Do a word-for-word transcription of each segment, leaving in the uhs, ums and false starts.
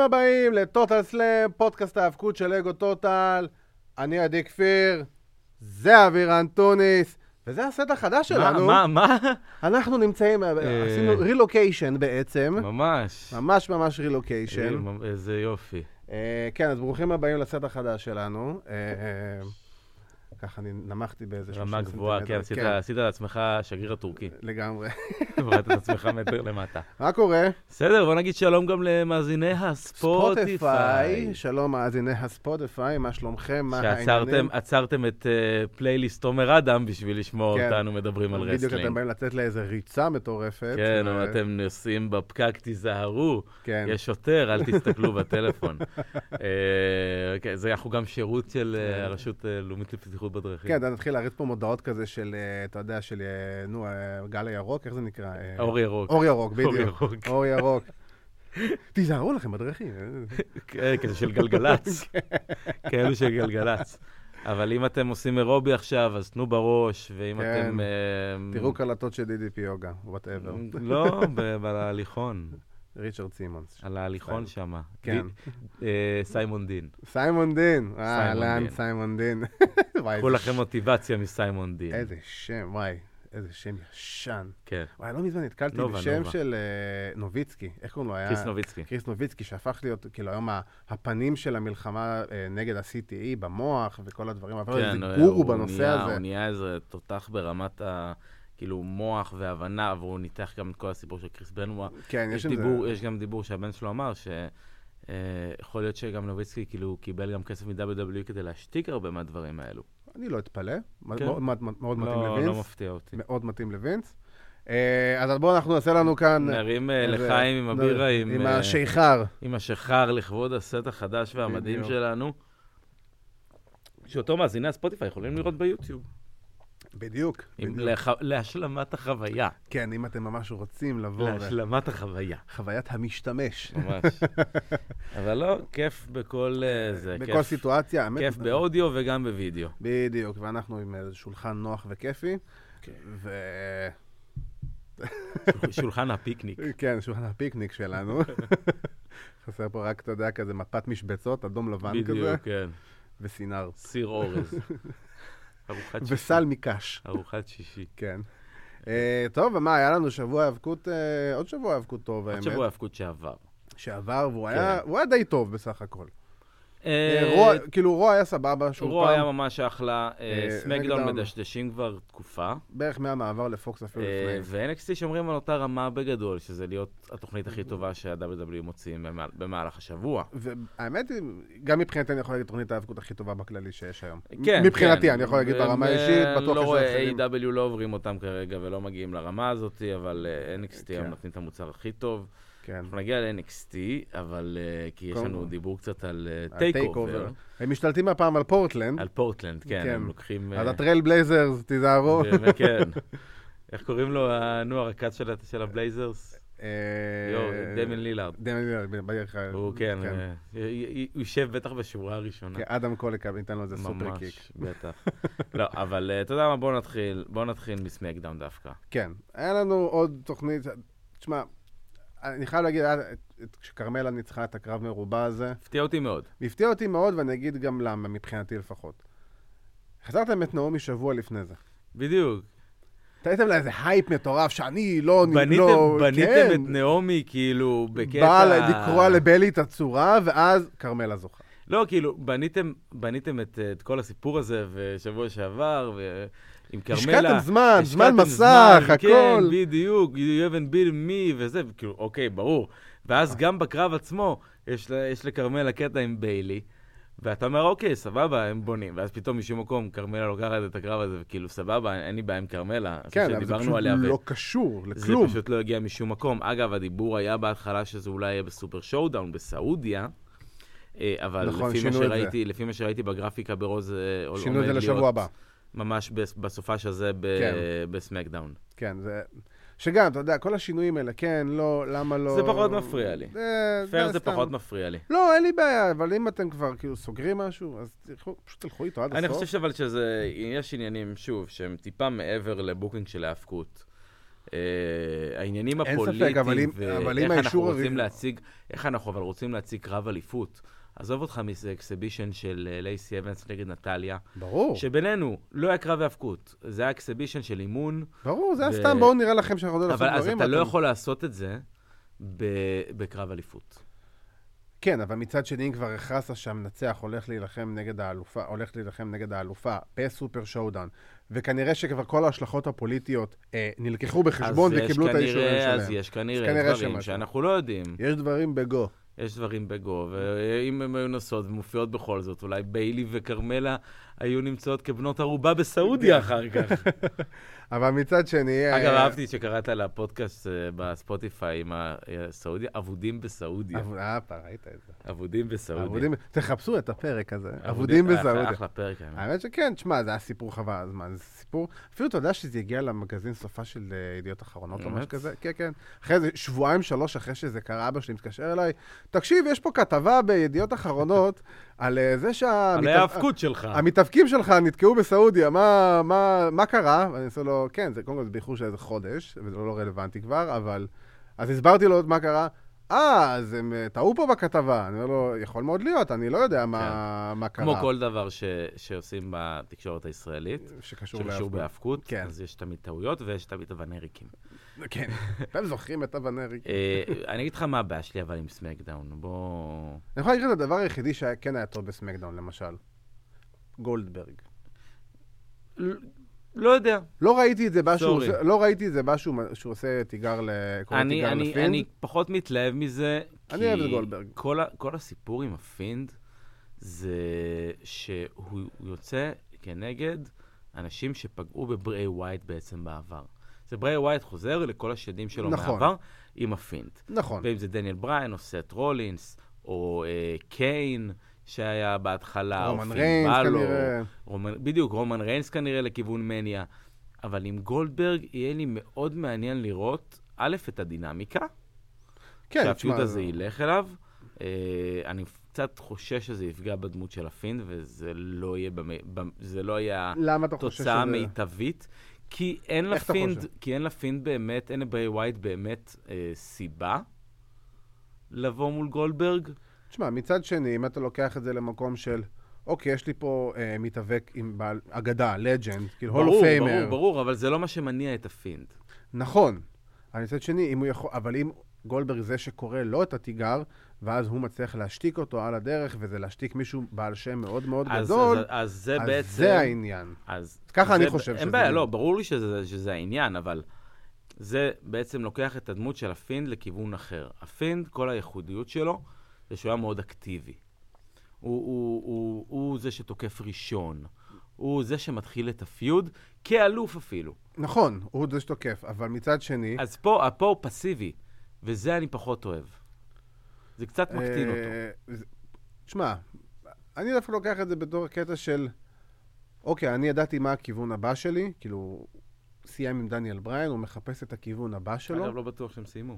הבאים לטוטל סלאם, פודקאסט ההאבקות של לגו טוטל. אני עדי כפיר, זה אבירן טוניס, וזה הסט החדש שלנו. מה, מה? אנחנו נמצאים, עשינו רילוקיישן בעצם. ממש. ממש ממש רילוקיישן. איזה יופי. כן, אז ברוכים הבאים לסט החדש שלנו. ככה אני נמכתי באיזה רמה גבוהה, כן, עשית לעצמך שגריר הטורקי. לגמרי. עברת את עצמך מטר למטה. מה קורה? בסדר, בוא נגיד שלום גם למאזיני הספוטיפיי. שלום מאזיני הספוטיפיי, מה שלומכם, מה העניינים? שעצרתם את פלייליסט תומר אדם בשביל לשמוע אותנו מדברים על רסלינג. בדיוק אתם באים לצאת לאיזה ריצה מטורפת. כן, או אתם נוסעים בפקק, תיזהרו, יש שוטר, אל תסתכלו בטלפון. זה אנחנו גם שירות של הרשות הלאומית לבטיחות בדרכים. כן, אתה נתחיל להריץ פה מודעות כזה של, אתה יודע, של, נו, גל הירוק, איך זה נקרא? אור ירוק. אור ירוק, בדיוק. אור ירוק. תיזהרו לכם בדרכים. כזה של גלגלץ. כאלו של גלגלץ. אבל אם אתם עושים אירובי עכשיו, אז תנו בראש, ואם אתם... תראו קלטות של די די פי יוגה, whatever. לא, בהליכון. ריצ'רד סימונס. על ההליכון שם. כן. סיימון דין. סיימון דין. אה, לאן סיימון דין. קחו לכם מוטיבציה מסיימון דין. איזה שם, וואי. איזה שם ישן. כן. וואי, לא מזמן נתקלתי בשם של נוביצקי. איך קוראים לו? קריס נוביצקי. קריס נוביצקי, שהפך להיות, כאילו, היום הפנים של המלחמה נגד ה-סי טי אי במוח וכל הדברים. אבל איזה גורו בנושא הזה. הוא נהיה איזה תותח ברמת ה... כאילו מוח והבנה, והוא ניתח גם את כל הסיפור של קריס בנואה. כן, יש, יש, דיבור, זה... יש גם דיבור שהבן שלו אמר, שיכול להיות שגם נוביצקי כאילו קיבל גם כסף מ-דאבליו דאבליו אי כדי להשתיק הרבה מהדברים האלו. אני לא אתפלא, כן. מאוד, מאוד, מאוד לא, מתאים לווינס. לא מפתיע אותי. מאוד מתאים לווינס. אז בואו אנחנו נעשה לנו כאן... נרים לחיים עם הבירה, עם... עם השייכר. עם השייכר לכבוד הסט החדש והמדהים שלנו. שאותו מאזיני הספוטיפיי יכולים לראות ביוטיוב. בדיוק. לח... להשלמת החוויה. כן, אם אתם ממש רוצים לבוא... להשלמת החוויה. חוויית המשתמש. ממש. אבל לא, כיף בכל זה. בכל כיף, סיטואציה. כיף באודיו וגם בווידאו. בדיוק, ואנחנו עם איזה שולחן נוח וכיפי. כן. ו... שולחן הפיקניק. כן, שולחן הפיקניק שלנו. חסר פה רק, אתה יודע, כזה מפת משבצות, אדום לבן כזה. בדיוק, כן. וסינר. סיר אורז. וסל מקש. ארוחת שישי. כן. טוב, ומה, היה לנו שבוע האבקות, עוד שבוע האבקות טוב, האמת. עוד שבוע האבקות שעבר. שעבר, והוא היה די טוב בסך הכל. כאילו, רו היה סבבה. רו היה ממש אחלה. סמקדאון מדשדשים כבר תקופה. בערך מהמעבר לפוקס אפילו לפני. ו-אן אקס טי שומרים על אותה רמה בגדול, שזה להיות התוכנית הכי טובה שה-דאבליו דאבליו אי מוציאים במהלך השבוע. והאמת היא, גם מבחינתי אני יכול להגיד תוכנית האבקות הכי טובה בכללי שיש היום. כן, מבחינתי, אני יכול להגיד ברמה אישית, בטוח יש אחרים. איי דאבליו לא עוברים אותם כרגע ולא מגיעים לרמה הזאת, אבל אן אקס טי הם נותנים את המוצר הכי טוב. אנחנו נגיע ל-אן אקס טי, אבל כי יש לנו דיבור קצת על טייק אובר. הם משתלטים הפעם על פורטלנד. על פורטלנד, כן, הם לוקחים... אז הטרייל בלייזרס, תיזהרו. כן. איך קוראים לו, הנוער הקץ של הבלייזרס? דמיין לילארד. דמיין לילארד, בדרך כלל. הוא כן, הוא יושב בטח בשורה הראשונה. כן, אדם קוליקה, ניתן לו איזה סופר קיק. ממש, בטח. לא, אבל אתה יודע מה, בואו נתחיל, בואו נתחיל מסמקדאון דווקא. כן, היה לנו עוד תוכנית, תשמע, אני חייב להגיד, כשקרמלה ניצחה את הקרב מרובע הזה. הפתיע אותי מאוד. הפתיע אותי מאוד, ואני אגיד גם למה, מבחינתי לפחות. חזרתם את נעמי שבוע לפני זה. בדיוק. הייתם לה איזה הייפ מטורף, שאני לא... בניתם את נעמי כאילו בקטע... באה לקרוא לבלי את הצורה, ואז קרמלה זוכה. לא, כאילו, בניתם את כל הסיפור הזה, ושבוע שעבר, ו... עם קרמלה. השקעתם זמן, זמן מסך, הכל. כן, בדיוק, you haven't been me וזה, כאילו, אוקיי, ברור. ואז גם בקרב עצמו, יש, יש לקרמלה קטע עם ביילי, ואתה אומר, אוקיי, סבבה, הם בונים. ואז פתאום משום מקום, קרמלה לוקחת את הקרב הזה, וכאילו, סבבה, אין לי בעיה עם קרמלה. כן, אבל זה פשוט לא קשור לכלום. זה פשוט לא הגיע משום מקום. אגב, הדיבור היה בהתחלה שזה אולי יהיה בסופר שואודאון בסעודיה, אבל לפי מה שראיתי, לפי מה שראיתי בגרפיקה ברוז, שינו את זה לשבוע הבא. ממש בסופש הזה בסמקדאון. כן, זה... שגם, אתה יודע, כל השינויים האלה, כן, לא, למה לא... זה פחות מפריע לי. פייר זה פחות מפריע לי. לא, אין לי בעיה, אבל אם אתם כבר כאילו סוגרים משהו, אז פשוט תלכו איתו עד הסוף. אני חושב אבל שזה, יש עניינים, שוב, שהם טיפה מעבר לבוקינג של ההפקות. העניינים אין ספק, הפוליטיים, אבל אם- אבל אם ואיך אנחנו האישור רוצים הרי- להציג, איך אנחנו אבל רוצים להציג קרב אליפות. עזוב אותך מאיזה אקסיבישן של אה, לייסי אבנס נגד נטליה, ברור, שבינינו לא היה קרב האבקות, זה היה אקסיבישן של אימון, ברור, זה היה ו- סתם, בואו נראה לכם שאנחנו יודעים אבל לעשות אז דברים. אתה לא אתם- יכול לעשות את זה ב- בקרב אליפות. כן, אבל מצד שני, אם כבר הכרזת שהמנצח הולך להילחם נגד האלופה, הולך להילחם נגד האלופה בסופר שואודאון, וכנראה שכבר כל ההשלכות הפוליטיות אה, נלקחו בחשבון אז יש וקיבלו את האישורים כנראה- שלהם. אז יש כנראה כנראה דברים שמשהו. שאנחנו לא יודעים. יש דברים בגו. יש דברים בגו, ואם הן היו נוסעות ומופיעות בכל זאת, אולי ביילי וכרמלה היו נמצאות כבנות ערובה בסעודיה אחר כך. אבל מצד שני... אגב, אה, אהבתי שקראת לפודקאסט אה, בספוטיפיי עם הסעודיה, אבודים בסעודיה. אב- אה, פעם, ראית את זה. אבודים בסעודיה. אבודים, תחפשו את הפרק הזה, אבודים אחלה- בסעודיה. אחלה פרק. האמת. האמת שכן, תשמע, זה היה סיפור חבל הזמן, זה סיפור, אפילו אתה יודע שזה הגיע למגזין סופה של אה, ידיעות אחרונות או משהו באמת? כזה, כן, כן. אחרי זה, שבועיים, שלוש אחרי שזה קרה, אבא שלי מתקשר אליי, תקשיב, יש פה כתבה בידיעות אחרונות על אה, זה שה... על ההאבקות שלך. המתאבקים שלך נתקעו בסעודיה, מה, מה, מה קרה? ואני עושה לו, כן, זה קודם כל זה באיחור של איזה חודש, וזה לא רלוונטי כבר, אבל... אז הסברתי לו עוד מה קרה. אה, אז הם אה, טעו פה בכתבה. אני אומר לו, יכול מאוד להיות, אני לא יודע מה, מה קרה. כמו כל דבר ש- שעושים בתקשורת הישראלית, שקשור שקשור להאבקות. בהאבקות, כן. אז יש תמיד טעויות ויש תמיד אבנריקים. כן, אתם זוכרים את אבנרי. אה, אני אגיד לך מה הבעיה שלי, אבל עם סמקדאון. בוא... אני יכול להגיד את הדבר היחידי שכן היה טוב בסמקדאון, למשל. גולדברג. לא יודע. לא ראיתי את זה בה שהוא Sorry. עושה- לא ראיתי את זה בה שהוא שהוא עושה תיגר ל... קורא אני, תיגר אני, לפינד. אני פחות מתלהב מזה, אני כי אוהב את גולדברג. כל, ה, כל הסיפור עם הפינד זה שהוא יוצא כנגד אנשים שפגעו בברי ווייט בעצם בעבר. זה ברי ווייט חוזר לכל השדים שלו נכון. מהעבר עם הפינד. נכון. ואם זה דניאל בריין או סט רולינס או אה, קיין שהיה בהתחלה, רומן או פין ריינס בלור, כנראה. רומן, בדיוק, רומן ריינס כנראה לכיוון מניה. אבל עם גולדברג יהיה לי מאוד מעניין לראות, א', את הדינמיקה, כן, שהפיוט תשמע, הזה ילך אליו. אה, אני קצת חושש שזה יפגע בדמות של הפינד, וזה לא יהיה, במ... במ... זה לא יהיה למה אתה חושב תוצאה שזה... מיטבית, כי אין איך אתה לפינד, חושב? כי אין לפינד באמת, אין לברי ווייט באמת אה, סיבה לבוא מול גולדברג. תשמע, מצד שני, אם אתה לוקח את זה למקום של, אוקיי, יש לי פה אה, מתאבק עם בעל אגדה, לג'נד, כאילו הולו ברור, פיימר. ברור, ברור, אבל זה לא מה שמניע את הפינד. נכון. אבל מצד שני, אם הוא יכול, אבל אם גולדברג זה שקורא לו את התיגר, ואז הוא מצליח להשתיק אותו על הדרך, וזה להשתיק מישהו בעל שם מאוד מאוד אז, גדול, אז, אז זה אז בעצם... זה העניין. אז ככה זה אני ב- חושב שזה אין בעיה, העניין. לא, ברור לי שזה, שזה העניין, אבל זה בעצם לוקח את הדמות של הפינד לכיוון אחר. הפינד, כל הייחודיות שלו, זה שהוא היה מאוד אקטיבי. הוא, הוא, הוא, הוא זה שתוקף ראשון. הוא זה שמתחיל את הפיוד, כאלוף אפילו. נכון, הוא זה שתוקף, אבל מצד שני... אז פה, פה הוא פסיבי, וזה אני פחות אוהב. זה קצת מקטין אותו. אה, זה- תשמע, אני דווקא לוקח את זה בתור קטע של, אוקיי, אני ידעתי מה הכיוון הבא שלי, כאילו, סיים עם דניאל בריין, הוא מחפש את הכיוון הבא שלו. אגב, לא בטוח שהם סיימו.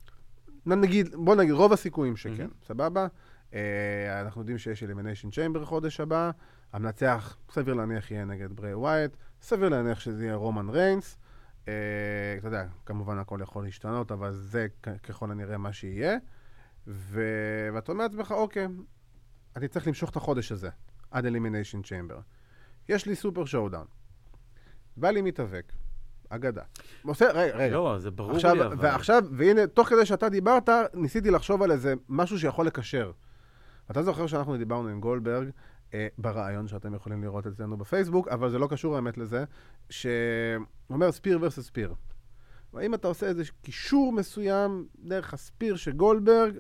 נגיד, בוא נגיד, רוב הסיכויים שכן, Mhm. סבבה? אה, אנחנו יודעים שיש אלימיניישן צ'יימבר חודש הבא, המנצח, סביר להניח יהיה נגד ברי ווייט, סביר להניח שזה יהיה רומן ריינס, אה, אתה יודע, כמובן הכל יכול להשתנות, אבל זה כ- ככל הנראה מה שיהיה, ו... ואתה אומר לעצמך, אוקיי, אני צריך למשוך את החודש הזה, עד אלימיניישן צ'יימבר. יש לי סופר שואודאון, בא לי מתאבק, אגדה. עושה, רגע, רגע. לא, זה ברור עכשיו, לי, אבל... ועכשיו, והנה, תוך כדי שאתה דיברת, ניסיתי לחשוב על איזה משהו שיכול לקשר. אתה זוכר שאנחנו דיברנו עם גולדברג, אה, ברעיון שאתם יכולים לראות אצלנו בפייסבוק, אבל זה לא קשור האמת לזה, שהוא אומר ספיר ורסס ספיר. ואם אתה עושה איזה קישור מסוים דרך הספיר של גולדברג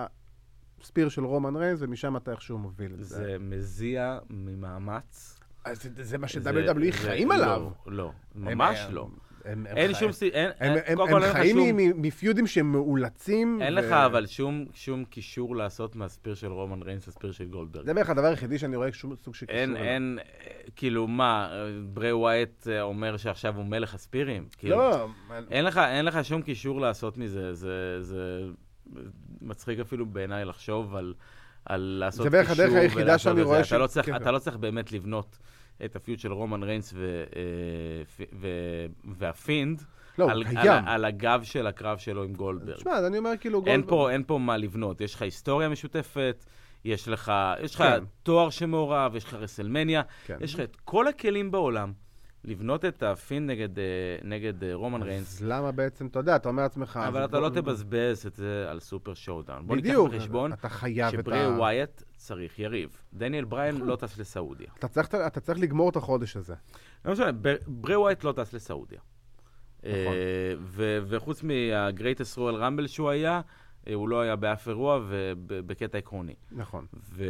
לספיר של רומן ריינס, ומשם אתה איכשהו מוביל את זה. זה מזיע ממאמץ. אז זה, זה מה זה- ש-דאבליו דאבליו אי זה- חיים לא, עליו. לא, הם- ממש הם- לא. הם, הם אין חי- שום סי... אין, הם, אין, הם, קודם כל הם אין לך חיים שום... מ- מפיודים שהם מאולצים. אין ו- לך אבל שום, שום קישור לעשות מהספיר של רומן ריינס לספיר של גולדברג. זה בערך הדבר היחידי שאני רואה שום סוג של קישור. אין, אליו. אין, אה, כאילו מה, אה, ברי ווייט אה, אומר שעכשיו הוא מלך הספירים? כאילו, לא, אין לך, אין לך שום קישור לעשות מזה, זה, זה מצחיק אפילו בעיניי לחשוב על, על לעשות זה בערך קישור הדרך היחידה ולעשות שאני את זה. רואה אתה ש- לא צריך, כן. אתה לא צריך באמת לבנות את הפיוט של רומן ריינס ו, אה, ו, והפינד, לא, על, הוא על, קיים. על הגב של הקרב שלו עם גולדברג. תשמע, אז אני אומר כאילו אין גולדברג... פה, אין פה מה לבנות, יש לך היסטוריה משותפת, יש לך, יש לך כן. תואר שמעורב, יש לך רסלמניה, כן. יש לך את כל הכלים בעולם לבנות את הפינד נגד, אה, נגד אה, רומן ריינס. אז למה בעצם, אתה יודע, אתה אומר לעצמך... אבל אז אתה לא בוא- תבזבז את זה על סופר שואודאון. בוא ניקח בדיוק, בחשבון אתה חייב את שברי ה... ווייט צריך יריב. דניאל בריין לא טס לסעודיה. אתה צריך, אתה צריך לגמור את החודש הזה. לא משנה, ב- ברי ווייט לא טס לסעודיה. נכון. אה, ו- וחוץ מה-Greatest Royal Rumble שהוא היה, אה, הוא לא היה באף אירוע ובקטע עקרוני. נכון.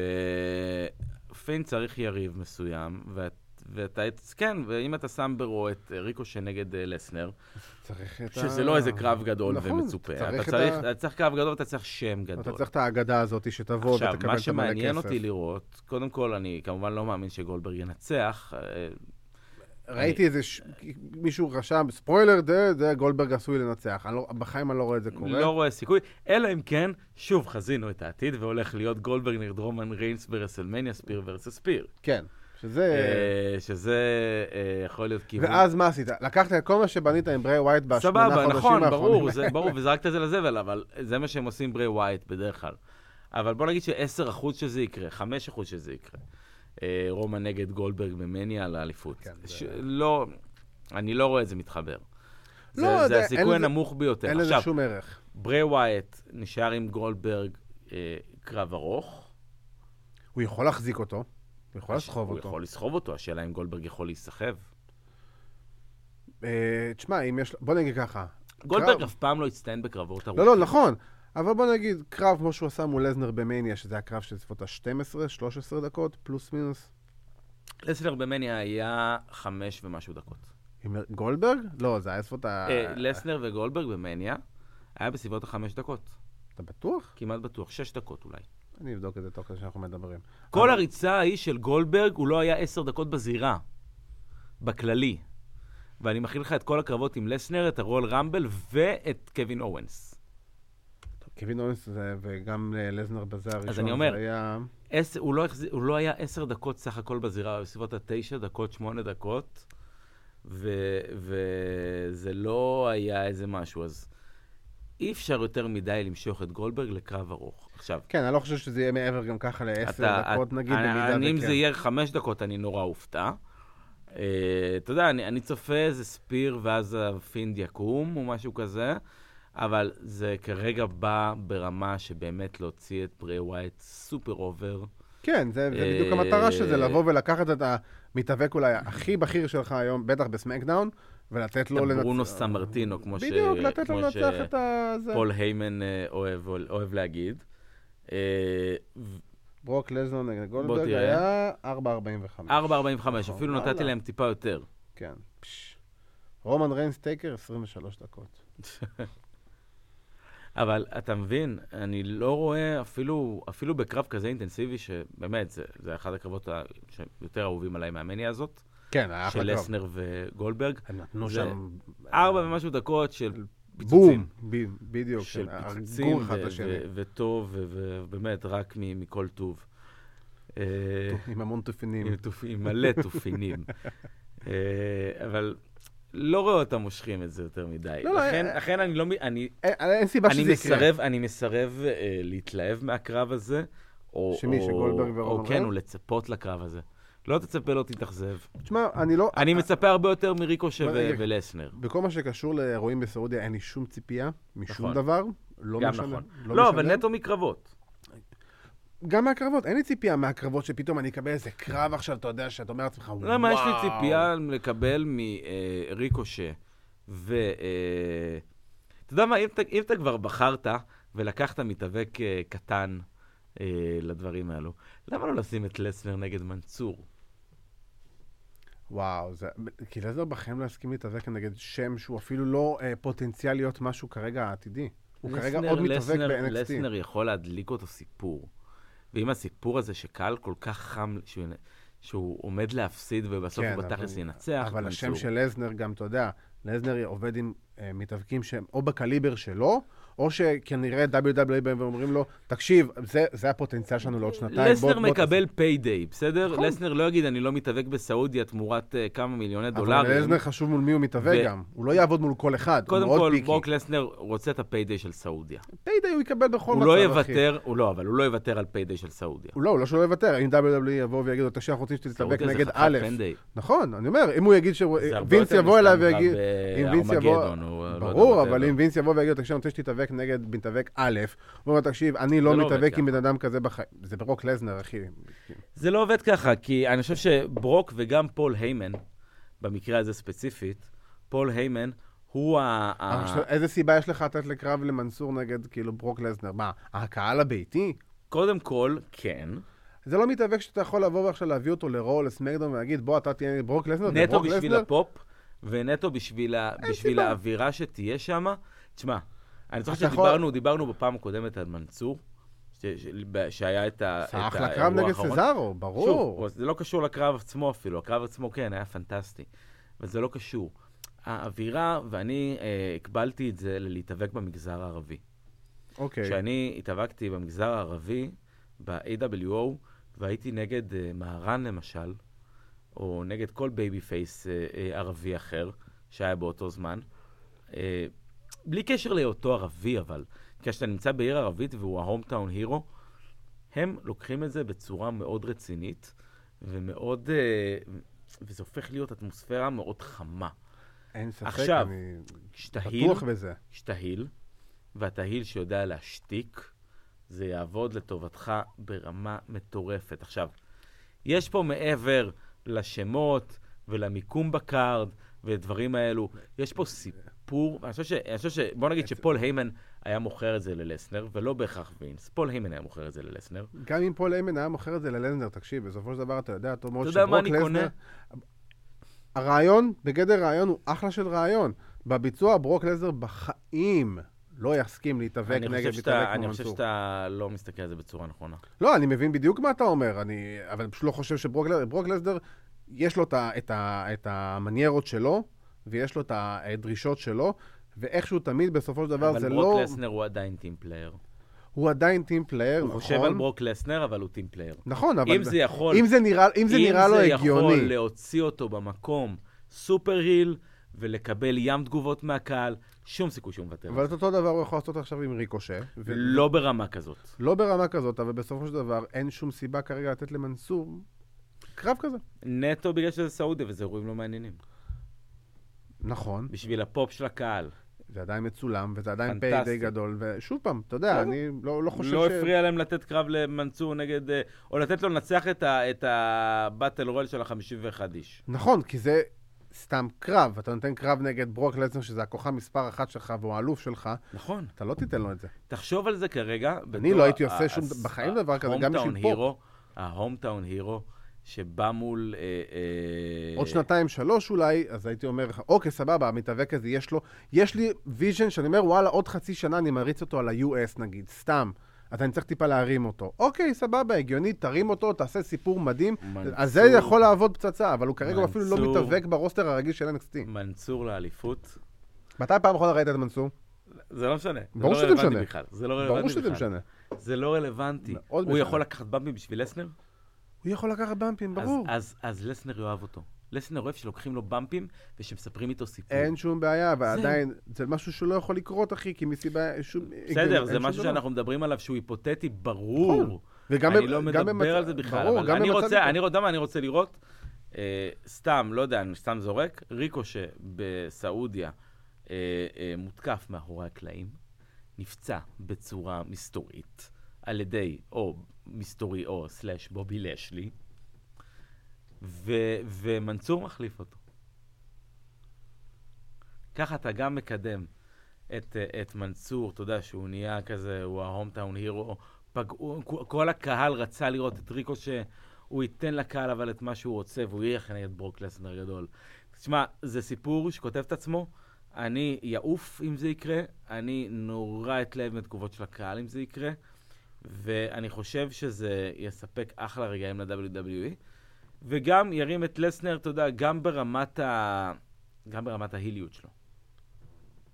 ופין צריך יריב מסוים, ואת- ואתה, כן, ואם אתה שם ברו את אה, ריקושה נגד אה, לסנר, צריך את ה... שזה לא איזה קרב גדול נכון, ומצופה. צריך אתה את צריך, ה- אתה צריך קרב גדול ואתה צריך שם גדול. אתה צריך את האגדה הזאת שתבוא עכשיו, ותקבל את המלא מה כסף. שמעניין אותי לראות, קודם כל, אני כמובן לא מאמין שגולדברג ינצח. אה, ראיתי איזה... ש- מישהו רשם, ספוילר, זה, זה גולדברג עשוי לנצח. אני לא, בחיים אני לא רואה את זה קורה. לא רואה סיכוי, אלא אם כן, שוב חזינו את העתיד, והולך להיות גולדברג נגד רומן ריינס ברסלמניה, ספיר ורסס ספיר. כן. שזה... אה, שזה אה, יכול להיות כיוון. ואז מה עשית? לקחת את כל מה שבנית עם ברי ווייט בשמונה סבבה, חודשים נכון, האחרונים. ברור, זה, ברור, וזרקת את זה לזבל, אבל זה מה שהם עושים ברי ווייט בדרך כלל. אבל בוא נגיד ש-עשרה אחוז שזה יקרה, חמישה אחוז שזה יקרה. אה, רומן נגד גולדברג במניה על האליפות. כן, זה- ש- לא, אני לא רואה את זה מתחבר. לא, זה, זה- זה אין הסיכוי לזה- הנמוך ביותר. אין לזה עכשיו, שום ערך. ברי ווייט נשאר עם גולדברג אה, קרב ארוך. הוא יכול להחזיק אותו, הוא יכול לסחוב הוא אותו. יכול לסחוב אותו, השאלה אם גולדברג יכול להיסחב. אה, תשמע, אם יש... בוא נגיד ככה. גולדברג קרב- אף פעם לא הצטיין בקרבות לא, ארוכים. לא, נכון. אבל בוא נגיד, קרב כמו שהוא עשה מול לזנר במניה, שזה היה קרב של סביבות ה-שתים עשרה שלוש עשרה דקות, פלוס מינוס. לסנר במניה היה חמש ומשהו דקות. עם גולדברג? לא, זה היה סביבות ה... אה, לסנר וגולדברג במניה היה בסביבות החמש דקות. אתה בטוח? כמעט בטוח, שש דקות אולי. אני אבדוק את זה תוך כדי שאנחנו מדברים. כל אבל- הריצה ההיא של גולדברג הוא לא היה עשר דקות בזירה. בכללי. ואני מכיל לך את כל הקרבות עם לסנר, את הרול רמבל ואת קווין אורנס. קווין אונס זה- וגם אה, לזנר בזה הראשון. אני אומר, זה היה... עשר, הוא, לא, החזיר- הוא לא היה עשר דקות סך הכל בזירה, בסביבות התשע דקות, שמונה דקות, ו- וזה לא היה איזה משהו, אז אי אפשר יותר מדי למשוך את גולדברג לקרב ארוך. עכשיו, כן, אני לא חושב שזה יהיה מעבר גם ככה לעשר אתה, דקות, נגיד, אני, במידה אני, אם וכן. זה יהיה חמש דקות, אני נורא אופתע. Uh, אתה יודע, אני, אני צופה איזה ספיר ואז הפינד יקום או משהו כזה, אבל זה כרגע בא ברמה שבאמת להוציא את ברי ווייט סופר אובר. כן, זה, זה בדיוק אה, המטרה של זה, לבוא ולקחת את המתאבק אולי הכי בכיר שלך היום, בטח בסמקדאון, ולתת לו את לנצח... ברונו סמרטינו, כמו ש- בדיוק, לתת לו כמו לנצח את ה... זה. שפול היימן אה, אוהב, אוהב להגיד. אה, ו- ברוק לזנר נגד גולדברג תראה. היה ארבע ארבעים וחמש. ארבע ארבעים וחמש, נכון, אפילו וואלה. נתתי להם טיפה יותר. כן. פש. רומן ריינס טייקר, עשרים ושלוש דקות. אבל אתה מבין, אני לא רואה אפילו, אפילו בקרב כזה אינטנסיבי, שבאמת, זה, זה אחד הקרבות ה- שיותר אהובים עליי מהמניה הזאת, כן, היה אחלה של קרב. לסנר וגולדברג. הם נתנו זה שם... ארבע ומשהו דקות של בום, פיצוצים. ב- בדיוק. של כן, פיצוצים הרגו אחד ו- את השני. ו- וטוב, ו- ובאמת, רק מ- מכל טוב. אה, עם המון תופינים. עם תופ- עם מלא תופינים. אה, אבל לא רואה אותם מושכים את זה יותר מדי. לא, לא, לכן, אה, לכן אני לא... מ- אני אין אין סיבה אני שזה יקרה. מסרב, אני מסרב אה, להתלהב מהקרב הזה. או, שמי, או, שגולדברג ורומן או כן, ריינס? או לצפות לקרב הזה. לא תצפה, לא תתאכזב. תשמע, אני לא... אני מצפה הרבה יותר מריקושה בוא ו- נגיד, ולסנר. בכל מה שקשור לאירועים בסעודיה, אין לי שום ציפייה, משום נכון. דבר. לא גם משנה. נכון. לא לא, משנה. אבל נטו מקרבות. גם מהקרבות, אין לי ציפייה מהקרבות שפתאום אני אקבל איזה קרב עכשיו, אתה יודע, שאתה אומר לעצמך, וואו. למה יש לי ציפייה לקבל מריקושה ו... אה, אתה יודע מה, אם אתה, אם אתה כבר בחרת ולקחת מתאבק אה, קטן אה, לדברים האלו, למה לא לשים את לסנר נגד מנצור? וואו, זה... כי לזר בחיים לא הסכים להתאבק נגד שם שהוא אפילו לא אה, פוטנציאל להיות משהו כרגע העתידי. הוא כרגע לסנר- עוד מתאבק לסנר- ב-אן אקס טי. לסנר יכול להדליק אותו סיפור. ואם הסיפור הזה שקהל כל כך חם, שהוא, שהוא עומד להפסיד ובסוף כן, הוא בתכלס אבל- ינצח, אבל מנצור. השם של לזנר גם, אתה יודע, לזנר עובד עם מתאבקים שהם או בקליבר שלו, או שכנראה דאבליו דאבליו איי בהם ואומרים לו, תקשיב, זה, זה הפוטנציאל שלנו לעוד שנתיים. לסנר מקבל פיידיי, בסדר? נכון. לסנר לא יגיד, אני לא מתאבק בסעודיה תמורת uh, כמה מיליוני דולרים. אבל לסנר חשוב מול מי הוא מתאבק ו... גם. הוא לא יעבוד מול כל אחד, קודם כל, ברוק לסנר רוצה את הפיידיי של סעודיה. פיידיי הוא יקבל בכל מצב, לא יוותר, הוא לא, אבל הוא לא יוותר על פיידיי של סעודיה. הוא לא, הוא לא שלא יוותר. אם דאבליו דאבליו איי יבוא ויגיד לו, תשאיר, אנחנו רוצים שתתאבק נגד א'. נכון, אני אומר, אם הוא יגיד שווינס יבוא אליו ויגיד, אם וינס יבוא, ברור, אבל אם וינס יבוא ויגיד, תקשיב, אני רוצה שתתאבק נגד מתאבק א', הוא אומר, תקשיב, אני לא מתאבק עם בן אדם כזה בחיים. זה ברוק לזנר, אחי. זה לא עובד ככה, כי אני חושב שברוק וגם פול היימן, במקרה הזה ספציפית, פול היימן הוא ה... איזה סיבה יש לך לתת לקרב למנסור נגד כאילו ברוק לזנר? מה, הקהל הביתי? קודם כל, כן. זה לא מתאבק שאתה יכול לבוא ועכשיו להביא אותו לרו, לסמקדאון ולהגיד, בוא, אתה תהיה ברוק לזנר, נטו בשביל הפופ, ונטו בשביל האווירה שתהיה שם. תשמע, אני חושב שדיברנו, דיברנו בפעם הקודמת על מנסור, שהיה את האירוע האחרון. אחלה קרב נגד סזארו, ברור. שוב, זה לא קשור לקרב עצמו אפילו, הקרב עצמו כן, היה פנטסטי, אבל זה לא קשור. האווירה, ואני הקבלתי את זה ללהתאבק במגזר הערבי. אוקיי. כשאני התאבקתי במגזר הערבי, ב-איי דאבליו או, והייתי נגד מהרן למשל, או נגד כל בייבי פייס ערבי אחר, שהיה באותו זמן, בלי קשר לאותו ערבי, אבל כשאתה נמצא בעיר ערבית והוא ההומטאון הירו, הם לוקחים את זה בצורה מאוד רצינית, ומאוד, וזה הופך להיות אטמוספירה מאוד חמה. אין ספק, עכשיו, אני כשתהיל, בטוח בזה. כשתהיל, והתהיל שיודע להשתיק, זה יעבוד לטובתך ברמה מטורפת. עכשיו, יש פה מעבר לשמות ולמיקום בקארד ודברים האלו, יש פה סיפור, אני חושב ש... אני חושב ש... בוא נגיד שפול היימן היה מוכר את זה ללסנר, ולא בהכרח וינס. פול היימן היה מוכר את זה ללסנר. גם אם פול היימן היה מוכר את זה ללסנר, תקשיב, בסופו של דבר אתה יודע, אתה יודע שברוק לסנר... הרעיון, בגדר רעיון, הוא אחלה של רעיון. בביצוע, ברוק לסנר בחיים לא יסכים להתאבק נגד מתאבק כמו מנסור. אני חושב שאתה לא מסתכל על זה בצורה נכונה. לא, אני מבין בדיוק מה אתה אומר, אני... אבל פשוט לא חושב שברוק לסנר, יש לו את, ה... את, ה... את המניירות שלו, ויש לו את הדרישות שלו, ואיכשהו תמיד בסופו של דבר זה לא... אבל ברוק לסנר הוא עדיין טים פלייר. הוא עדיין טים פלייר, נכון. הוא חושב על ברוק לסנר, אבל הוא טים פלייר. נכון, אבל... אם זה יכול... אם זה נראה, אם זה נראה לו הגיוני... אם זה יכול להוציא אותו במקום סופר היל, ולקבל ים תגובות מהקהל, שום סיכוי שהוא מוותר. אבל את אותו דבר הוא יכול לעשות עכשיו עם ריקושה. ו... לא ברמה כזאת. לא ברמה כזאת, אבל בסופו של דבר אין שום סיבה כרגע לתת למנסור קרב כזה. נטו בגלל שזה סעודיה, וזה אירועים לא מעניינים. נכון. בשביל הפופ של הקהל. זה עדיין מצולם, וזה עדיין פי די גדול, ושוב פעם, אתה יודע, אני לא, לא חושב לא ש... לא הפריע להם לתת קרב למנסור נגד, או לתת לו לנצח את, ה, את הבטל רויאל של ה-חמישים ואחד איש. נכון, כי זה סתם קרב, אתה נותן קרב נגד ברוק לסנר, שזה הכוכב מספר אחת שלך, והוא האלוף שלך. נכון. אתה לא תיתן לו את זה. תחשוב על זה כרגע. אני לא הייתי עושה שום, בחיים דבר כזה, גם בשביל פופ. ההומטאון הירו, שבא מול... עוד שנתיים, שלוש אולי, אז הייתי אומר לך, אוקיי, סבבה, המתאבק הזה, יש לו, יש לי ויז'ן שאני אומר, וואלה, עוד חצי שנה אני מריץ אותו על ה-יו אס נגיד, סתם. אז אני צריך טיפה להרים אותו. אוקיי, סבבה, הגיוני, תרים אותו, תעשה סיפור מדהים, אז זה יכול לעבוד פצצה, אבל הוא כרגע הוא אפילו לא מתאבק ברוסטר הרגיל של אן אקס טי. מנסור לאליפות. מתי פעם אחרונה ראית את מנסור? זה לא משנה. ברור שזה משנה. זה לא רלוונטי ברור שזה משנה. זה לא רלוונטי. הוא יכול לקחת במפים בשביל לסנר? הוא יכול לקחת במפים, ברור. אז, אז לסנר יאהב אותו. לסנר אוהב שלוקחים לו במפים ושמספרים איתו סיפור. אין שום בעיה, ועדיין זה משהו שהוא לא יכול לקרות, אחי, כי מסיבה... שום... בסדר, זה משהו שאנחנו מדברים עליו שהוא היפותטי, ברור. וגם אני לא מדבר על זה בכלל, אבל אני רוצה, אני יודע מה אני רוצה לראות, סתם, לא יודע, אני סתם זורק, ריקושה בסעודיה מותקף מאחורי הקלעים, נפצע בצורה מסתורית, על ידי, או מסתורי, או סלש בובי לשלי, ו- ומנסור מחליף אותו. ככה אתה גם מקדם את, את מנסור, אתה יודע שהוא נהיה כזה, הוא ההומטאון הירו, פגעו, כל הקהל רצה לראות את ריקו שהוא ייתן לקהל אבל את מה שהוא רוצה, והוא יהיה נגד ברוק לסנר גדול. תשמע, זה סיפור שכותב את עצמו, אני יעוף אם זה יקרה, אני נורא אתלהב מתגובות של הקהל אם זה יקרה, ואני חושב שזה יספק אחלה רגעים ל-דאבליו דאבליו אי, וגם ירים את לסנר, אתה יודע, גם ברמת ה... גם ברמת ההיליות שלו.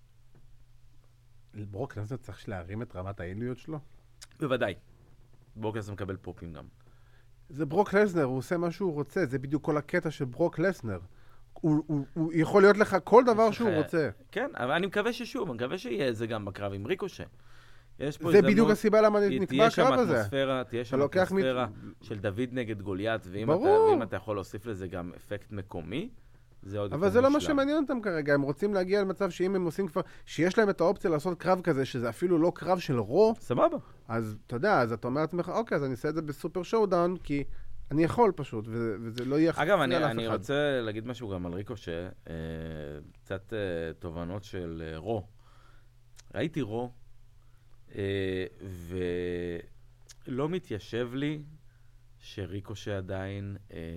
ברוק לסנר צריך להרים את רמת האיליות שלו? בוודאי. ברוק לסנר מקבל פופים גם. זה ברוק לסנר, הוא עושה מה שהוא רוצה, זה בדיוק כל הקטע של ברוק לסנר. הוא, הוא, הוא יכול להיות לך כל דבר שהוא רוצה. כן, אבל אני מקווה ששוב, אני מקווה שיהיה זה גם בקרב עם ריקושה. זה בדיוק הסיבה למה נקבע הקרב הזה. תהיה שם אטמוספירה של דוד נגד גוליית, ואם אתה יכול להוסיף לזה גם אפקט מקומי, זה עוד... אבל זה לא מה שמעניין אותם כרגע, הם רוצים להגיע למצב שאם הם עושים כבר, שיש להם את האופציה לעשות קרב כזה, שזה אפילו לא קרב של רו, סבבה. אז אתה יודע, אז אתה אומר לעצמך, אוקיי, אז אני אעשה את זה בסופר שואודאון, כי אני יכול פשוט, וזה לא יהיה... אגב, אני רוצה להגיד משהו גם על ריקושה, קצת תובנות של רו. ראיתי רו, ולא מתיישב לי שריקושה עדיין...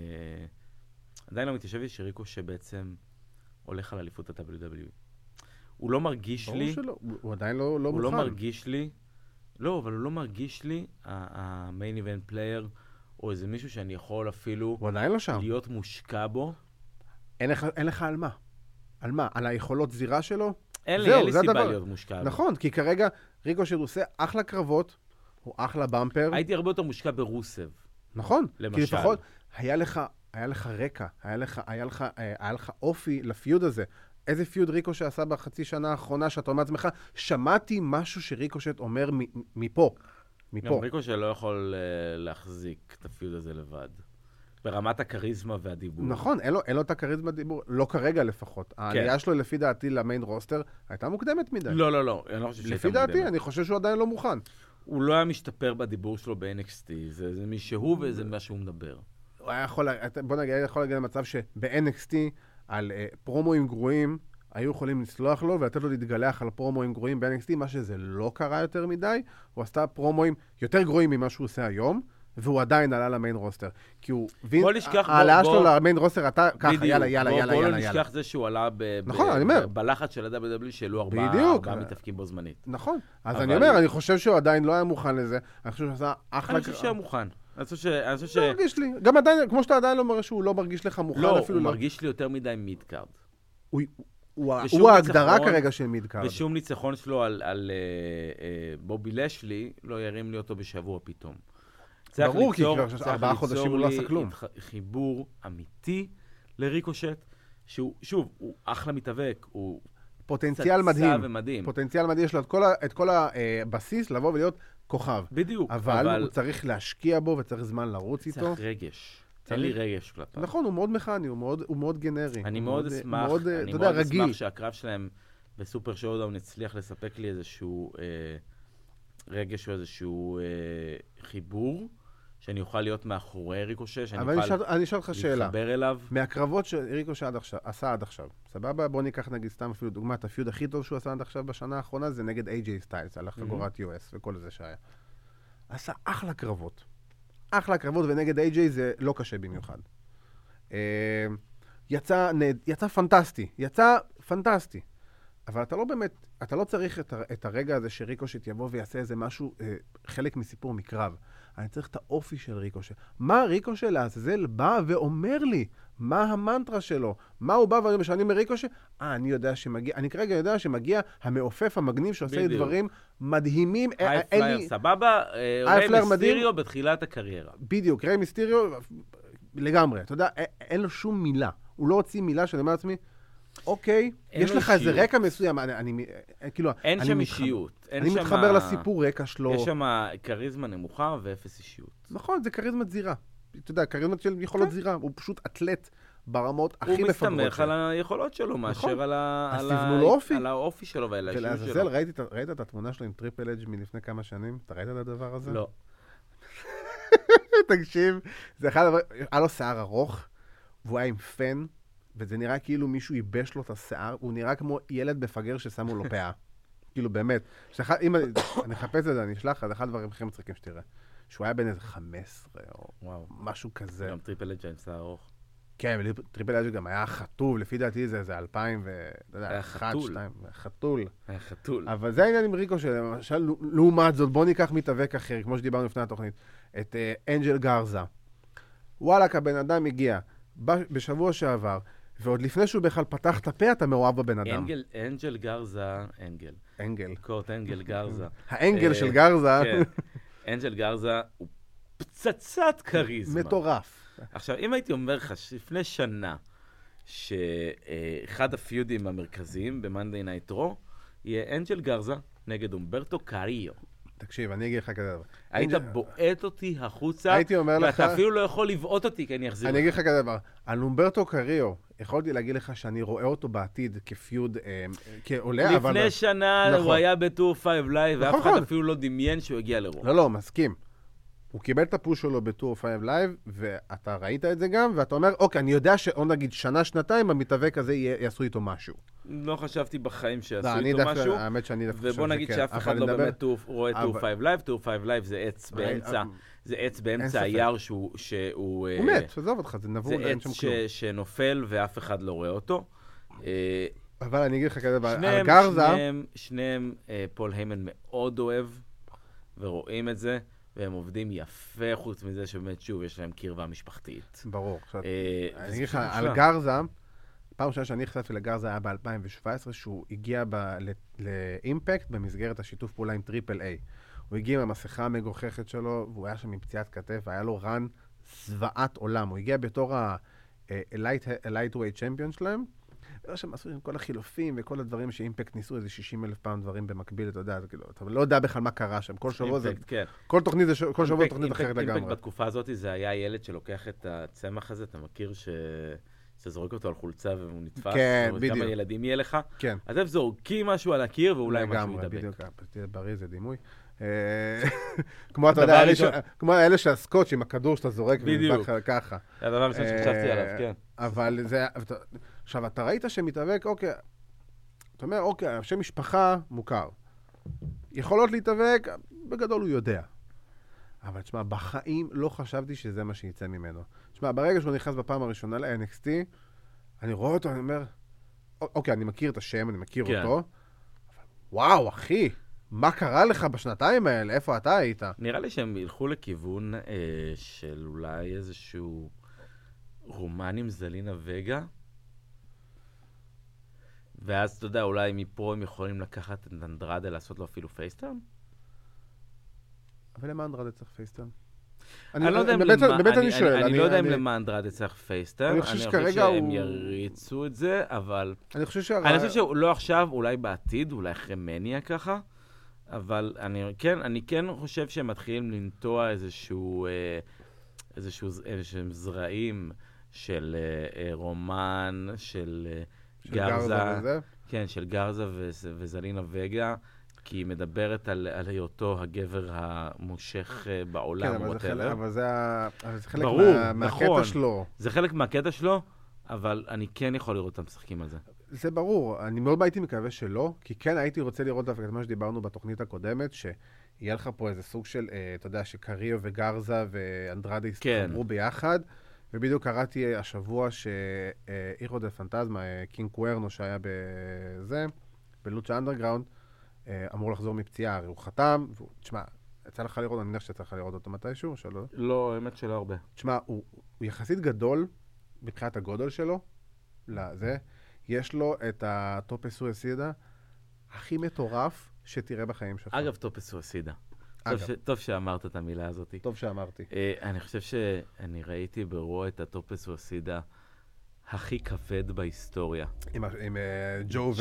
עדיין לא מתיישב לי שריקושה בעצם הולך על אליפות ה-דאבליו דאבליו אי. הוא לא מרגיש לי... שלא, הוא עדיין לא, לא הוא מוכן. הוא לא מרגיש לי... לא, אבל הוא לא מרגיש לי המיין איבנט פלייר, או איזה מישהו שאני יכול אפילו... הוא עדיין לא שם. להיות מושקע בו. אין לך, אין לך על מה. על מה? על היכולות זירה שלו? אין לי, אין לי סיבה דבר. להיות מושקע בו. נכון, כי כרגע ריקושה עושה אחלה קרבות, הוא אחלה במפר. הייתי הרבה יותר מושקע ברוסב. נכון. למשל. כי לפחות היה לך... היה לך רקע, היה לך, היה לך, היה לך אופי לפיוד הזה. איזה פיוד ריקושט עשה בחצי שנה האחרונה שאתה אומר לעצמך, שמעתי משהו שריקושט אומר מפה, מפה. גם ריקושט לא יכול להחזיק את הפיוד הזה לבד. ברמת הקריזמה והדיבור. נכון, אין לו, אין לו את הקריזמה והדיבור, לא כרגע לפחות. כן. העלייה שלו לפי דעתי למיין רוסטר הייתה מוקדמת מדי. לא, לא, לא, אני לא חושב שהייתה מוקדמת. לפי דעתי, אני חושב שהוא עדיין לא מוכן. הוא לא היה משתפר בדיבור שלו ב-אן אקס טי, זה, זה מי שהוא וזה מה שהוא מדבר. הוא היה יכול, בוא נגיד, יכול להגיע למצב שב-אן אקס טי על uh, פרומואים גרועים היו יכולים לסלוח לו ולתת לו להתגלח על פרומואים גרועים ב-אן אקס טי, מה שזה לא קרה יותר מדי, הוא עשתה פרומואים יותר גרועים ממה שהוא עושה היום, והוא עדיין עלה למיין רוסטר. כי הוא... העלאה שלו למיין רוסטר, אתה ככה, יאללה, יאללה, יאללה. בוא לא נשכח זה שהוא עלה בלחץ של ה-דאבליו דאבליו שהעלו ארבעה מתאפקים בו זמנית. נכון. אז אני אומר, אני חושב שהוא עדיין לא היה מוכן לזה. אני חושב שהוא עשה אחלה... אני חושב שהוא מוכן. אני חושב ש... לא מרגיש לי. גם עדיין, כמו שאתה עדיין לא מרגיש שהוא לא מרגיש לך מוכן אפילו לא. לא, הוא מרגיש לי יותר מדי מידקארד. הוא ההגדרה כרגע של מידקארד. ושום ניצחון שלו על בובי לשלי לא ירים לי אותו בשבוע פתאום. ברור, כי כבר ארבעה חודשים הוא לא עשה כלום. חיבור אמיתי לריקושט, שהוא, שוב, הוא אחלה מתאבק, הוא פוטנציאל מדהים. פוטנציאל מדהים, יש לו את כל הבסיס לבוא ולהיות כוכב. בדיוק. אבל הוא צריך להשקיע בו וצריך זמן לרוץ איתו. צריך רגש. אין לי רגש כלפיו. נכון, הוא מאוד מכני, הוא מאוד גנרי. אני מאוד אשמח, אני מאוד אשמח שהקרב שלהם בסופר שואודאון הצליח לספק לי איזשהו רגש או איזשהו חיבור. שאני אוכל להיות מאחורי ריקושה, שאני אוכל להתחבר אליו. מהקרבות שריקושה עשה עד עכשיו, סבבה? בוא ניקח נגיד סתם אפילו דוגמת, הפיוד הכי טוב שהוא עשה עד עכשיו בשנה האחרונה, זה נגד איי ג'יי סטיילס, על החגורת יו אס וכל זה שהיה. עשה אחלה קרבות. אחלה קרבות, ונגד איי ג'יי זה לא קשה במיוחד. יצא, יצא פנטסטי, יצא פנטסטי. אבל אתה לא באמת, אתה לא צריך את, את הרגע הזה שריקושט יבוא ויעשה איזה משהו, אה, חלק מסיפור מקרב. אני צריך את האופי של ריקושט. מה ריקושט לעזאזל בא ואומר לי? מה המנטרה שלו? מה הוא בא ואומר, כשאני אומר ריקושט? אה, אני יודע שמגיע, אני כרגע יודע שמגיע המעופף המגניב שעושה בדיוק. דברים מדהימים. היי פלייר, לי... סבבה, ריי מיסטריו בתחילת הקריירה. בדיוק, ריי מיסטריו לגמרי. אתה יודע, אין לו שום מילה. הוא לא הוציא מילה שאני אומר לעצמי, אוקיי, יש לך איזה רקע מסוים, אני, כאילו, אין שם אישיות. אני מתחבר לסיפור רקע שלו. יש שם כריזמה נמוכה ואפס אישיות. נכון, זה כריזמת זירה. אתה יודע, כריזמת של יכולות זירה, הוא פשוט אתלט ברמות הכי מפגרות שלו. הוא מסתמך על היכולות שלו, מאשר על האופי שלו ועל האישיות שלו. ולעזאזל, ראית את התמונה שלו עם טריפל אדג' מלפני כמה שנים? אתה ראית את הדבר הזה? לא. תקשיב, זה אחד הדבר, היה לו שיער ארוך, והוא היה עם פן, וזה נראה כאילו מישהו ייבש לו את השיער, הוא נראה כמו ילד מפגר ששמו לו פאה. כאילו, באמת. אם אני אחפש את זה, אני אשלח, זה אחד הדברים הכי מצחיקים שתראה. שהוא היה בין איזה חמש עשרה, או משהו כזה. גם טריפל אג' עם שיער ארוך. כן, טריפל אג' גם היה חתול, לפי דעתי זה איזה אלפיים ו... היה חתול. חתול. היה חתול. אבל זה העניין עם ריקו שלמשל, לעומת זאת, בוא ניקח מתאבק אחר, כמו שדיברנו לפני התוכנית, את אנג'ל גרזה. וואלק, הבן אדם הגיע בשבוע שעבר, ועוד לפני שהוא בכלל פתח את הפה, אתה מאוהב בבן אדם. אנגל, אנג'ל גרזה, אנגל. אנגל. קורט אנגל גרזה. האנגל של גרזה. כן. אנג'ל גרזה הוא פצצת קריזמה. מטורף. עכשיו, אם הייתי אומר לך לפני שנה, שאחד הפיודים המרכזיים ב-Monday Night Raw יהיה אנג'ל גרזה נגד אומברטו קריו. תקשיב, אני אגיד לך כזה דבר. היית בועט אותי החוצה, הייתי אומר לך... ואתה אפילו לא יכול לבעוט אותי, כי אני אחזיר אני אגיד לך כזה דבר. על אומברטו קריו, יכולתי להגיד לך שאני רואה אותו בעתיד כפיוד, כעולה, אבל... לפני שנה הוא היה ב-טו פייב Live, ואף אחד אפילו לא דמיין שהוא הגיע לרוע. לא, לא, מסכים. הוא קיבל את הפוש שלו ב-טו פייב Live, ואתה ראית את זה גם, ואתה אומר, אוקיי, אני יודע שעוד נגיד שנה, שנתיים, המתאבק הזה יעשו איתו משהו. לא חשבתי בחיים שיעשו איתו משהו. האמת שאני דווקא חושב שכן. ובוא נגיד שאף אחד לא באמת רואה טו פייב Live, טו פייב Live זה עץ באמצע, זה עץ באמצע היער שהוא... הוא מת, עזוב אותך, זה נבוא, זה עץ שנופל ואף אחד לא רואה אותו. אבל אני אגיד לך כזה, על גרזה... שניהם, פול היימן מאוד אוהב, ורואים את זה. והם עובדים יפה, חוץ מזה שבאמת שוב יש להם קרבה משפחתית. ברור. אני אגיד לך, על גרזה, פעם ראשונה שאני חשפתי לגרזה היה ב-אלפיים שבע עשרה, שהוא הגיע לאימפקט במסגרת השיתוף פעולה עם טריפל איי. הוא הגיע עם המסכה המגוחכת שלו, והוא היה שם עם פציעת כתף, והיה לו רן זוועת עולם. הוא הגיע בתור ה-Lightweight Champion שלהם, ולא שהם עשו עם כל החילופים וכל הדברים שאימפקט ניסו איזה שישים אלף פעם דברים במקביל, אתה יודע, כאילו, אתה לא יודע בכלל מה קרה שם, כל שבוע זה, כל תוכנית זה, כל שבוע תוכנית אחרת לגמרי. אימפקט בתקופה הזאת זה היה ילד שלוקח את הצמח הזה, אתה מכיר שזורק אותו על חולצה והוא נתפס, כן, בדיוק. כמה ילדים יהיה לך, כן. אז הם זורקים משהו על הקיר ואולי משהו ידבק. בדיוק, בריא זה דימוי. כמו אתה יודע, כמו האלה שהסקוץ' עם הכדור שאתה זורק ונדבק ככה. זה הדבר הראשון שחשבתי עליו, כן. אבל זה, עכשיו, אתה ראית שמתאבק, אוקיי, אתה אומר, אוקיי, השם משפחה מוכר. יכולות להתאבק, בגדול הוא יודע. אבל תשמע, בחיים לא חשבתי שזה מה שיצא ממנו. תשמע, ברגע שהוא נכנס בפעם הראשונה ל-אן אקס טי, אני רואה אותו, אני אומר, אוקיי, אני מכיר את השם, אני מכיר אותו, וואו, אחי, מה קרה לך בשנתיים האלה? איפה אתה היית? נראה לי שהם ילכו לכיוון אה, של אולי איזשהו רומן עם זלינה וגה, ואז אתה יודע, אולי מפה הם יכולים לקחת את אנדרדה לעשות לו אפילו פייסטרן? אבל למה אנדרדה צריך פייסטרן? אני לא יודע אם למה, באמת אני שואל. אני לא יודע אם למה אנדרדה צריך פייסטרן. אני חושב שהם יריצו את זה, אבל... אני חושב אני חושב שלא עכשיו, אולי בעתיד, אולי אחרי מניה ככה, אבל אני כן, אני כן חושב שהם מתחילים לנטוע איזשהו, איזשהו, איזשהם זרעים של רומן, של גרזה, כן, של גרזה וזלינה וגה, כי היא מדברת על, על היותו הגבר המושך בעולם. כן, אבל, זה חלק, אבל זה, אבל זה חלק ברור, מה, נכון. מהקטע שלו. זה חלק מהקטע שלו, אבל אני כן יכול לראות אותם משחקים על זה. זה ברור. אני מאוד הייתי מקווה שלא, כי כן הייתי רוצה לראות דווקא את מה שדיברנו בתוכנית הקודמת, שיהיה לך פה איזה סוג של, אתה יודע, שקריו וגרזה ואנדרדה הסתמרו ביחד, ובדיוק קראתי השבוע שאירו דה פנטזמה, קינג קוורנו שהיה בזה, בלוצ'ה אנדרגראונד, אמור לחזור מפציעה, הרי הוא חתם, תשמע, יצא לך לראות, אני מניח שיצא לך לראות אותו מתישהו, שלא? לא, האמת שלא הרבה. תשמע, הוא, הוא יחסית גדול, מבחינת הגודל שלו, לזה, יש לו את הטופס סואסידה הכי מטורף שתראה בחיים שלך. אגב, טופס סואסידה. טוב, ש... טוב שאמרת את המילה הזאת. טוב שאמרתי. אה, אני חושב שאני ראיתי ברוע את הטופס סואסידה הכי כבד בהיסטוריה. עם, עם uh, ג'ו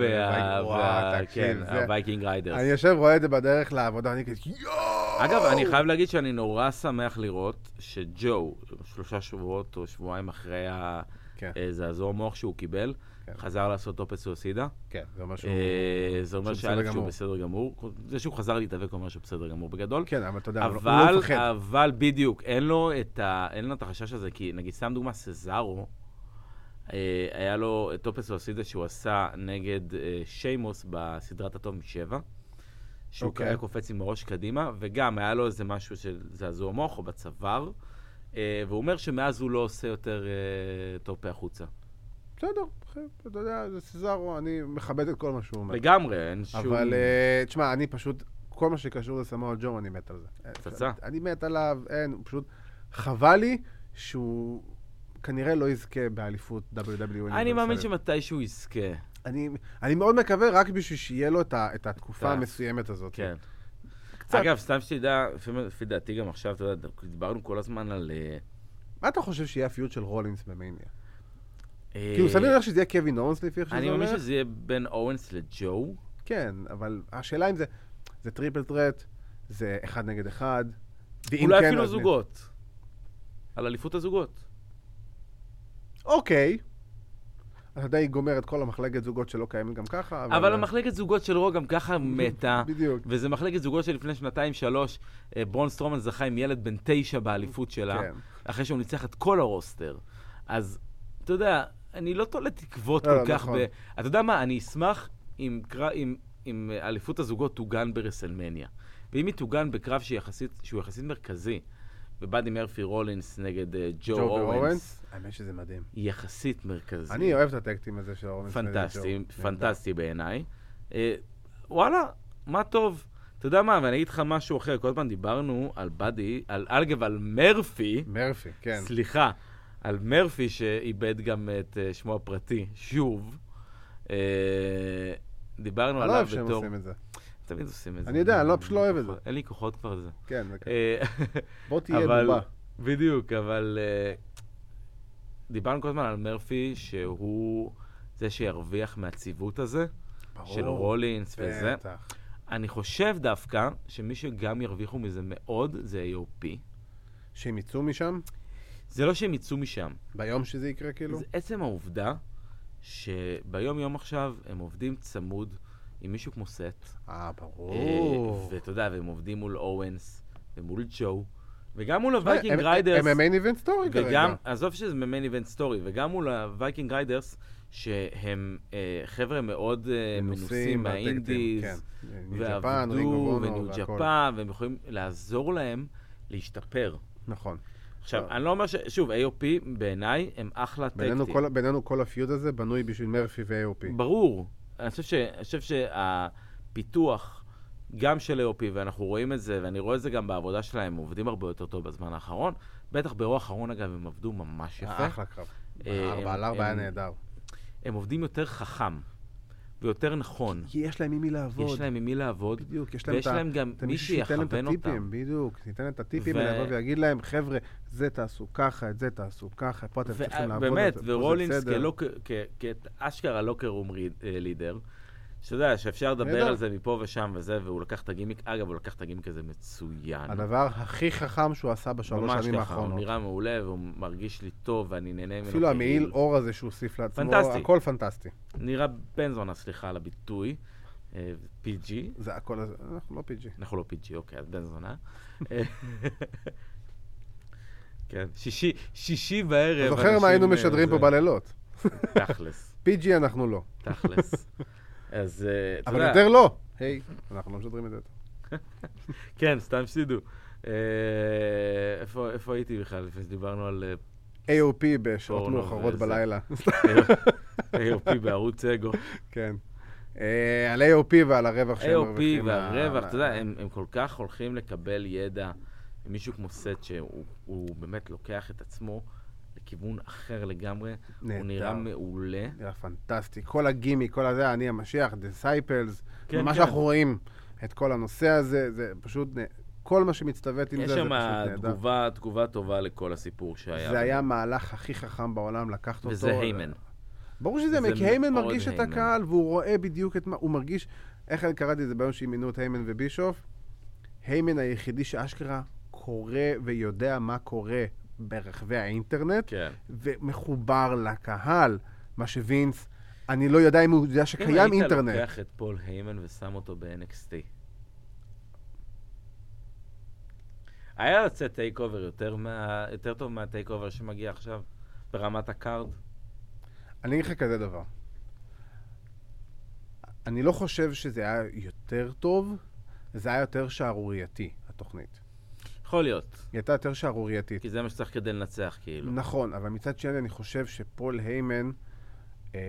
והווייקינג ריידרס. אני יושב רואה את זה בדרך לעבודה, אני כזה, יואו! אגב, אני חייב להגיד שאני נורא שמח לראות שג'ו, שלושה שבועות או שבועיים אחרי הזעזוע מוח שהוא קיבל, חזר לעשות טופס סואסידה. כן, זה אומר שהוא... זה אומר שא' שהוא בסדר גמור. זה שהוא חזר להתאבק אומר שהוא בסדר גמור בגדול. כן, אבל אתה יודע, הוא לא מפחד. אבל בדיוק, אין לו את החשש הזה, כי נגיד סתם דוגמה, סזארו, היה לו טופס סואסידה שהוא עשה נגד שיימוס בסדרת הטוב משבע, שהוא היה קופץ עם הראש קדימה, וגם היה לו איזה משהו של זעזוע מוח או בצוואר, והוא אומר שמאז הוא לא עושה יותר טופי החוצה. בסדר, אתה יודע, זה סזארו, אני מכבד את כל מה שהוא אומר. לגמרי, אין שום... אבל, תשמע, אני פשוט, כל מה שקשור לסמואל ג'ו, אני מת על זה. פצצה. אני מת עליו, אין, פשוט חבל לי שהוא... כנראה לא יזכה באליפות דאבליו דאבליו אי. אני מאמין שמתישהו יזכה. אני, אני מאוד מקווה רק בשביל שיהיה לו את, ה, את התקופה המסוימת הזאת. כן. קצת. אגב, סתם שתדע, לפי דעתי גם עכשיו, אתה יודע, דיברנו כל הזמן על... מה אתה חושב שיהיה הפיוט של רולינס במאניה? כאילו, סביר לך שזה יהיה קווין אורנס לפי איך שזה אני אומר? מאמין שזה יהיה בין אורנס לג'ו. כן, אבל השאלה אם זה, זה טריפל טרט, זה אחד נגד אחד. אולי אפילו זוגות. על אליפות הזוגות. אוקיי. אתה די גומר את כל המחלקת זוגות שלא קיימת גם ככה. אבל, אבל המחלקת זוגות של רו גם ככה מתה. בדיוק. וזה מחלקת זוגות שלפני שנתיים שלוש, ברון סטרומן זכה עם ילד בן תשע באליפות שלה. כן. אחרי שהוא ניצח את כל הרוסטר. אז, אתה יודע, אני לא תולה תקוות לא, כל לא, כך נכון. ב... אתה יודע מה, אני אשמח אם, אם, אם אליפות הזוגות תוגן ברסלמניה. ואם היא תוגן בקרב שהוא יחסית, שהוא יחסית מרכזי, ובאדי מרפי רולינס נגד uh, ג'ו, ג'ו אורנס. האמת שזה מדהים. היא יחסית מרכזי. אני אוהב את הטקטים הזה של אורנס. פנטסטי, פנטסטי בעיניי. Uh, וואלה, מה טוב. אתה יודע מה, ואני אגיד לך משהו אחר. כל הזמן דיברנו על באדי, על אגב, על מרפי. מרפי, כן. סליחה. על מרפי שאיבד גם את uh, שמו הפרטי, שוב. Uh, דיברנו עליו בתור... אני לא אוהב שהם עושים את זה. תמיד עושים את זה. אני יודע, אני לא פשוט לא אוהב את זה. אין לי כוחות כבר לזה. כן, זה כן. בוא תהיה דובה. בדיוק, אבל דיברנו כל הזמן על מרפי, שהוא זה שירוויח מהציוות הזה, של רולינס וזה. אני חושב דווקא שמי שגם ירוויחו מזה מאוד, זה איי או פי. שהם יצאו משם? זה לא שהם יצאו משם. ביום שזה יקרה, כאילו? זה עצם העובדה שביום יום עכשיו הם עובדים צמוד, עם מישהו כמו סט. אה, ברור. ואתה יודע, והם עובדים מול אורנס, ומול ג'ו, וגם מול הווייקינג ריידרס. הם מיין איבנט סטורי כרגע. עזוב שזה מיין איבנט סטורי, וגם מול הווייקינג ריידרס, שהם חבר'ה מאוד מנוסים מהאינדיז, ועבדו, וניו ג'פן, והם יכולים לעזור להם להשתפר. נכון. עכשיו, אני לא אומר ש... שוב, איי או פי בעיניי הם אחלה טקטים. בינינו כל הפיוד הזה בנוי בשביל מרפי ו-איי או פי. ברור. אני חושב, ש... אני חושב שהפיתוח גם של איי או פי, ואנחנו רואים את זה, ואני רואה את זה גם בעבודה שלהם, הם עובדים הרבה יותר טוב בזמן האחרון. בטח באירוע האחרון, אגב, הם עבדו ממש יפה. אחלה קרב. ארבע על ארבע היה נהדר. הם עובדים יותר חכם. ויותר נכון. כי יש להם עם מי לעבוד. יש להם עם מי לעבוד. בדיוק. יש ויש להם גם מי שיכוון אותם. בדיוק. ניתן את הטיפים ולבוא ויגיד להם, חבר'ה, זה תעשו ככה, את זה תעשו ככה, פה אתם צריכים לעבוד. באמת, ורולינס כאשכרה לוקר רום לידר, שאתה יודע, שאפשר לדבר על זה מפה ושם וזה, והוא לקח את הגימיק, אגב, הוא לקח את הגימיק הזה מצוין. הדבר הכי חכם שהוא עשה בשלוש שנים האחרונות. ממש ככה, הוא נראה מעולה, והוא מרגיש לי טוב, ואני נהנה ממנו. אפילו המעיל אור הזה שהוא הוסיף לעצמו, הכל פנטסטי. נראה בן זונה, סליחה על הביטוי, פי ג'י. זה הכל, אנחנו לא פי ג'י. אנחנו לא פי ג'י, אוקיי, אז בן זונה. כן, שישי בערב. אתה זוכר מה היינו משדרים פה בלילות. תכלס. פי ג'י אנחנו לא. תכלס. אז, אתה אבל יותר לא. היי, אנחנו לא משדרים את זה. כן, סתם שתדעו. איפה הייתי בכלל לפני שדיברנו על... איי או פי בשעות מאוחרות בלילה. איי או פי בערוץ אגו. כן. על איי או פי ועל הרווח שהם מרוויחים. איי או פי והרווח, אתה יודע, הם כל כך הולכים לקבל ידע, מישהו כמו סט שהוא באמת לוקח את עצמו לכיוון אחר לגמרי, הוא נראה מעולה. נראה פנטסטי. כל הגימי, כל הזה, אני המשיח, דיסייפלס, ממש אנחנו רואים את כל הנושא הזה, זה פשוט, כל מה שמצטוות עם זה, זה פשוט נהדר. יש שם תגובה טובה לכל הסיפור שהיה. זה היה המהלך הכי חכם בעולם, לקחת אותו. וזה היימן. ברור שזה, כי היימן מרגיש את הקהל, והוא רואה בדיוק את מה, הוא מרגיש, איך אני קראתי את זה ביום שאימנו את היימן ובישוף, היימן היחידי שאשכרה קורא ויודע מה קורה ברחבי האינטרנט, כן. ומחובר לקהל, מה שווינס, אני לא יודע אם הוא יודע שקיים אינטרנט. אם היית לוקח את פול היימן ושם אותו ב-אן אקס טי. היה יוצא טייק אובר יותר, מה, יותר טוב מהטייק אובר שמגיע עכשיו ברמת הקארד? אני אגיד לך כזה דבר. אני לא חושב שזה היה יותר טוב, זה היה יותר שערורייתי, התוכנית. יכול להיות. היא הייתה יותר שערורייתית. כי זה מה שצריך כדי לנצח, כאילו. נכון, אבל מצד שני אני חושב שפול היימן אה,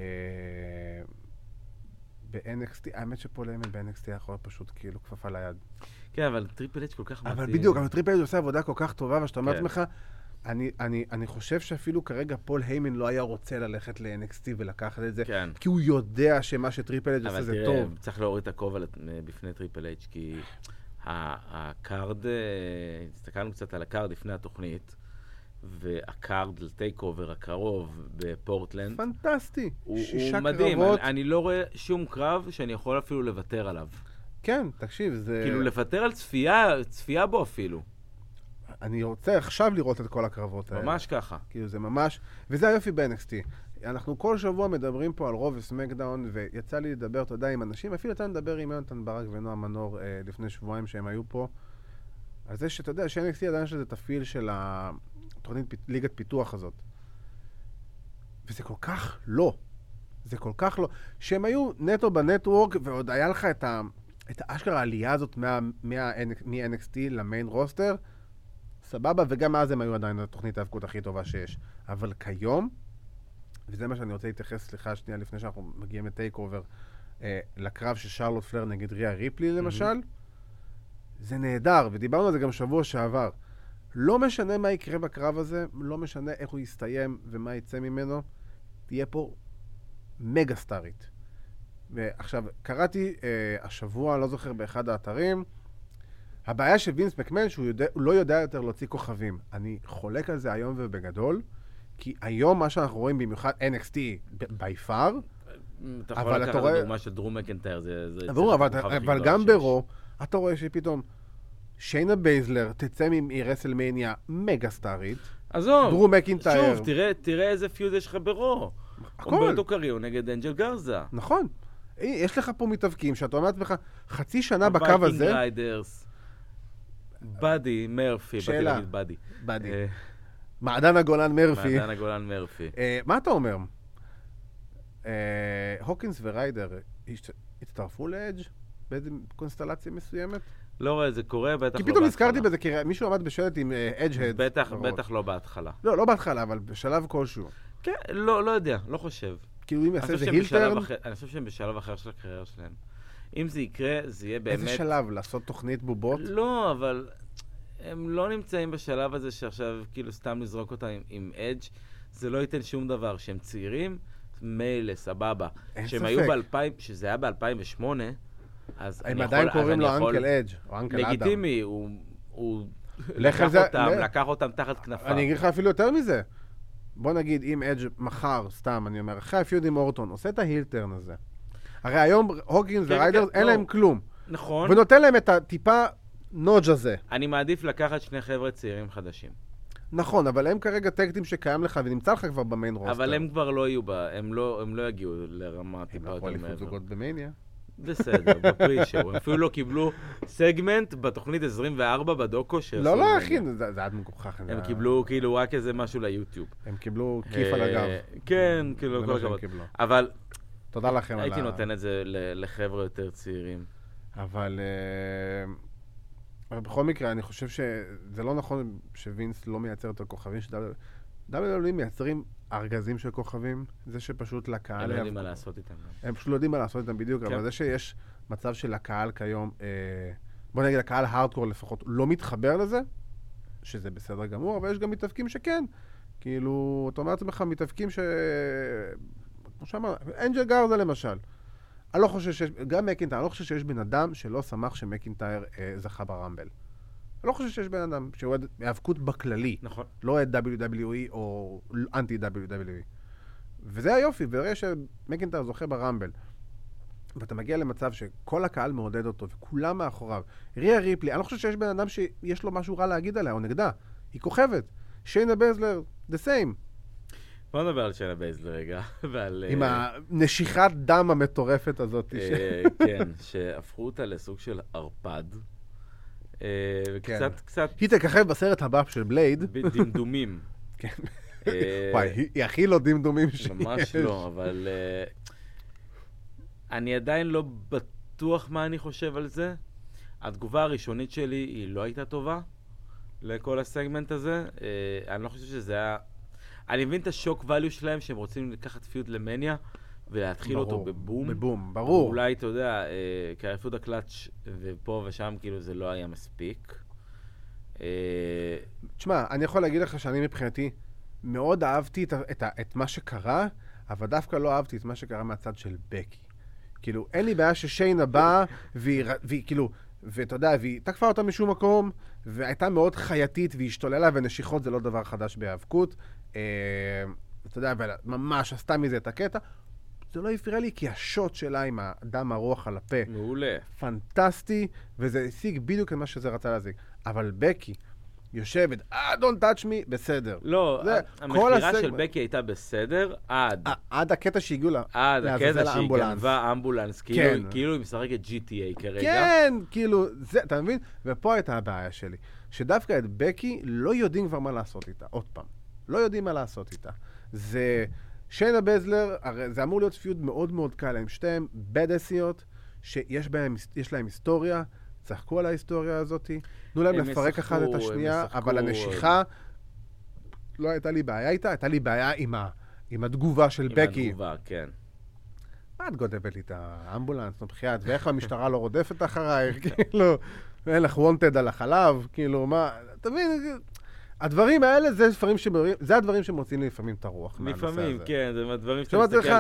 ב-אן אקס טי, האמת שפול היימן ב-אן אקס טי יכול פשוט כאילו כפפה ליד. כן, אבל טריפל אץ' כל כך מתאים. אבל בדיוק, אבל טריפל אץ' עושה עבודה כל כך טובה, ושאתה אומר לעצמך, אני, אני, אני חושב שאפילו כרגע פול היימן לא היה רוצה ללכת ל-אן אקס טי ולקחת את זה, כן. כי הוא יודע שמה שטריפל אייג' עושה זה טוב. אבל תראה, צריך להוריד את הכובע בפני טריפל אייג', כי הקארד, הסתכלנו קצת על הקארד לפני התוכנית, והקארד לטייק אובר הקרוב בפורטלנד, פנטסטי. הוא, שישה הוא מדהים. קרבות. אני, אני לא רואה שום קרב שאני יכול אפילו לוותר עליו. כן, תקשיב, זה... כאילו לוותר על צפייה, צפייה בו אפילו. אני רוצה עכשיו לראות את כל הקרבות האלה. ממש ככה. כאילו זה ממש... וזה היופי ב-אן אקס טי. אנחנו כל שבוע מדברים פה על רו וסמקדאון, ויצא לי לדבר, אתה יודע, עם אנשים, אפילו יצא לי לדבר עם יונתן ברק ונועם מנור אה, לפני שבועיים שהם היו פה. על זה שאתה יודע, ש-אן אקס טי עדיין יש לזה תפעיל של התוכנית פ... ליגת פיתוח הזאת. וזה כל כך לא. זה כל כך לא. שהם היו נטו בנטוורק, ועוד היה לך את, ה... את האשכרה העלייה הזאת מ-אן אקס טי למיין רוסטר, סבבה, וגם אז הם היו עדיין התוכנית ההאבקות הכי טובה שיש. אבל כיום, וזה מה שאני רוצה להתייחס, סליחה שנייה לפני שאנחנו מגיעים לטייק אובר, אה, לקרב של שרלוט פלר נגד ריה ריפלי למשל, mm-hmm. זה נהדר, ודיברנו על זה גם שבוע שעבר. לא משנה מה יקרה בקרב הזה, לא משנה איך הוא יסתיים ומה יצא ממנו, תהיה פה מגה סטארית. ועכשיו, קראתי אה, השבוע, לא זוכר, באחד האתרים, הבעיה של וינס מקמן שהוא יודע, לא יודע יותר להוציא כוכבים. אני חולק על זה היום ובגדול, כי היום מה שאנחנו רואים במיוחד אן אקס טי by far, אתה יכול לקחת את הדוגמה של דרו מקנטייר, זה... ברור, אבל, אבל גם ברו, אתה רואה שפתאום שיינה בייזלר תצא מרסלמניה מגה סטארית, עזוב, דרו מקנטייר. שוב, תראה, תראה איזה פיוד יש לך ברו. הכל. אומברטו קריו נגד אנג'ל גרזה. נכון. יש לך פה מתאבקים שאתה אומר לעצמך, חצי שנה בקו הזה... הווייקינג ריידרס. בדי, מרפי, באתי להגיד בדי. בדי. מעדן הגולן מרפי. מעדן הגולן מרפי. מה אתה אומר? הוקינס וריידר הצטרפו לאדג' באיזו קונסטלציה מסוימת? לא רואה, זה קורה, בטח לא בהתחלה. כי פתאום נזכרתי בזה, כי מישהו עמד בשלט עם אדג'-הד. בטח, בטח לא בהתחלה. לא, לא בהתחלה, אבל בשלב כלשהו. כן, לא, לא יודע, לא חושב. כאילו אם יעשה איזה הילטרן... אני חושב שהם בשלב אחר של הקריירה שלהם. אם זה יקרה, זה יהיה באמת... איזה שלב? לעשות תוכנית בובות? לא, אבל הם לא נמצאים בשלב הזה שעכשיו כאילו סתם לזרוק אותם עם, עם אדג'. זה לא ייתן שום דבר. שהם צעירים, מילא, סבבה. אין שהם ספק. היו ב-אלפיים, שזה היה ב-אלפיים ושמונה, אז הם אני יכול... עדיין קוראים לו יכול, אנקל אדג' או אנקל אדם. לגיטימי, הוא, הוא לקח לקח, זה, אותם, ל... לקח אותם תחת כנפיו. אני אגיד לך אפילו יותר מזה. בוא נגיד, אם אדג' מחר, סתם, אני אומר, אחרי הפיוד עם אורטון, עושה את ההילטרן הזה. הרי היום הוקינס כן, וריידרס, כן, אין לא. להם כלום. נכון. ונותן להם את הטיפה נודג' הזה. אני מעדיף לקחת שני חבר'ה צעירים חדשים. נכון, אבל הם כרגע טקטים שקיים לך ונמצא לך כבר במיין רוסטר. אבל הם כבר לא יהיו בה, הם לא, הם לא יגיעו לרמה הם טיפה לא יותר יכולים לפות מעבר. זוגות במניה. בסדר, בפרישו. הם אפילו לא קיבלו סגמנט בתוכנית עשרים וארבע בדוקו שעשו לא, לא, ממני. אחי, זה זה עד מגוחך. הם זה- קיבלו כאילו רק איזה משהו ליוטיוב. הם קיבלו כיף על הגב. אה, כן, כאילו, זה כל מה שהם הכבוד. קיבלו. אבל תודה לכם על ה... הייתי נותן את זה ל- לחבר'ה יותר צעירים. אבל אה, אבל בכל מקרה, אני חושב שזה לא נכון שווינס לא מייצר את הכוכבים, שדאבליו דאבליו דאבליו מייצרים ארגזים של כוכבים, זה שפשוט לקהל... הם לא יודעים יעב- מה לעשות איתם. גם. הם פשוט לא יודעים מה לעשות איתם בדיוק, כן. אבל זה שיש מצב של הקהל כיום, אה, בוא נגיד, הקהל הארדקור לפחות, לא מתחבר לזה, שזה בסדר גמור, אבל יש גם מתאבקים שכן. כאילו, אתה אומר לעצמך, מתאבקים ש... כמו שאמר, אנג'ל גרזה למשל. אני לא חושב שיש, גם מקינטייר, אני לא חושב שיש בן אדם שלא שמח שמקינטייר אה, זכה ברמבל. אני לא חושב שיש בן אדם שאוהד היאבקות בכללי, נכון. לא אוהד דאבליו דאבליו אי או אנטי דאבליו דאבליו אי. וזה היופי, וראה שמקינטייר זוכה ברמבל. ואתה מגיע למצב שכל הקהל מעודד אותו, וכולם מאחוריו. ריה ריפלי, אני לא חושב שיש בן אדם שיש לו משהו רע להגיד עליה, או נגדה. היא כוכבת. שיינה בייזלר, the same. בוא נדבר על שיינה בייזלר רגע, ועל... עם אה, הנשיכת דם המטורפת הזאת. ש- אה, כן, שהפכו אותה לסוג של ערפד. אה, וקצת, קצת היא תככב בסרט הבא של בלייד. דמדומים. כן. אה, וואי, היא היא הכי לא דמדומים שיש. ממש לא, אבל אה, אני עדיין לא בטוח מה אני חושב על זה. התגובה הראשונית שלי היא לא הייתה טובה לכל הסגמנט הזה. אה, אני לא חושב שזה היה... אני מבין את השוק value שלהם שהם רוצים לקחת פיוט למניה ולהתחיל ברור, אותו בבום. בבום, ברור. אולי, אתה יודע, אה, כאליפות הקלאץ' ופה ושם, כאילו זה לא היה מספיק. תשמע, אני יכול להגיד לך שאני מבחינתי מאוד אהבתי את, את, את מה שקרה, אבל דווקא לא אהבתי את מה שקרה מהצד של בקי. כאילו, אין לי בעיה ששיינה באה, והיא, והיא כאילו, ואתה יודע, והיא תקפה אותה משום מקום, והייתה מאוד חייתית, והיא השתוללה, ונשיכות זה לא דבר חדש בהיאבקות. אה, אתה יודע, ממש עשתה מזה את הקטע. זה לא הפריע לי, כי השוט שלה עם הדם הרוח על הפה. מעולה. פנטסטי, וזה השיג בדיוק את מה שזה רצה להשיג. אבל בקי יושבת, אה, don't touch me, בסדר. לא, זה, המחירה הסג... של בקי הייתה בסדר עד... 아, עד הקטע שהגיעו לה... עד הקטע שהיא גנבה אמבולנס, כאילו, כן. כאילו היא משחקת ג'י טי איי כרגע. כן, כאילו, זה, אתה מבין? ופה הייתה הבעיה שלי. שדווקא את בקי לא יודעים כבר מה לעשות איתה. עוד פעם. לא יודעים מה לעשות איתה. זה... שיינה בזלר, הרי זה אמור להיות פיוד מאוד מאוד קל. הם שתיהם בדסיות, שיש בהם, יש להם היסטוריה, צחקו על ההיסטוריה הזאת, תנו להם לפרק אחת את השנייה, אבל הנשיכה, לא הייתה לי בעיה איתה, הייתה לי בעיה עם, ה, עם התגובה של עם בקי. עם התגובה, כן. מה את גודבת לי את האמבולנס, מבחינת, ואיך המשטרה לא רודפת אחרייך, כאילו, אין לך וונטד על החלב, כאילו, מה, תבין, הדברים האלה, זה דברים שמורים, זה הדברים שמוצאים לי לפעמים את הרוח. לפעמים, כן, זה הדברים שאתה מסתכל...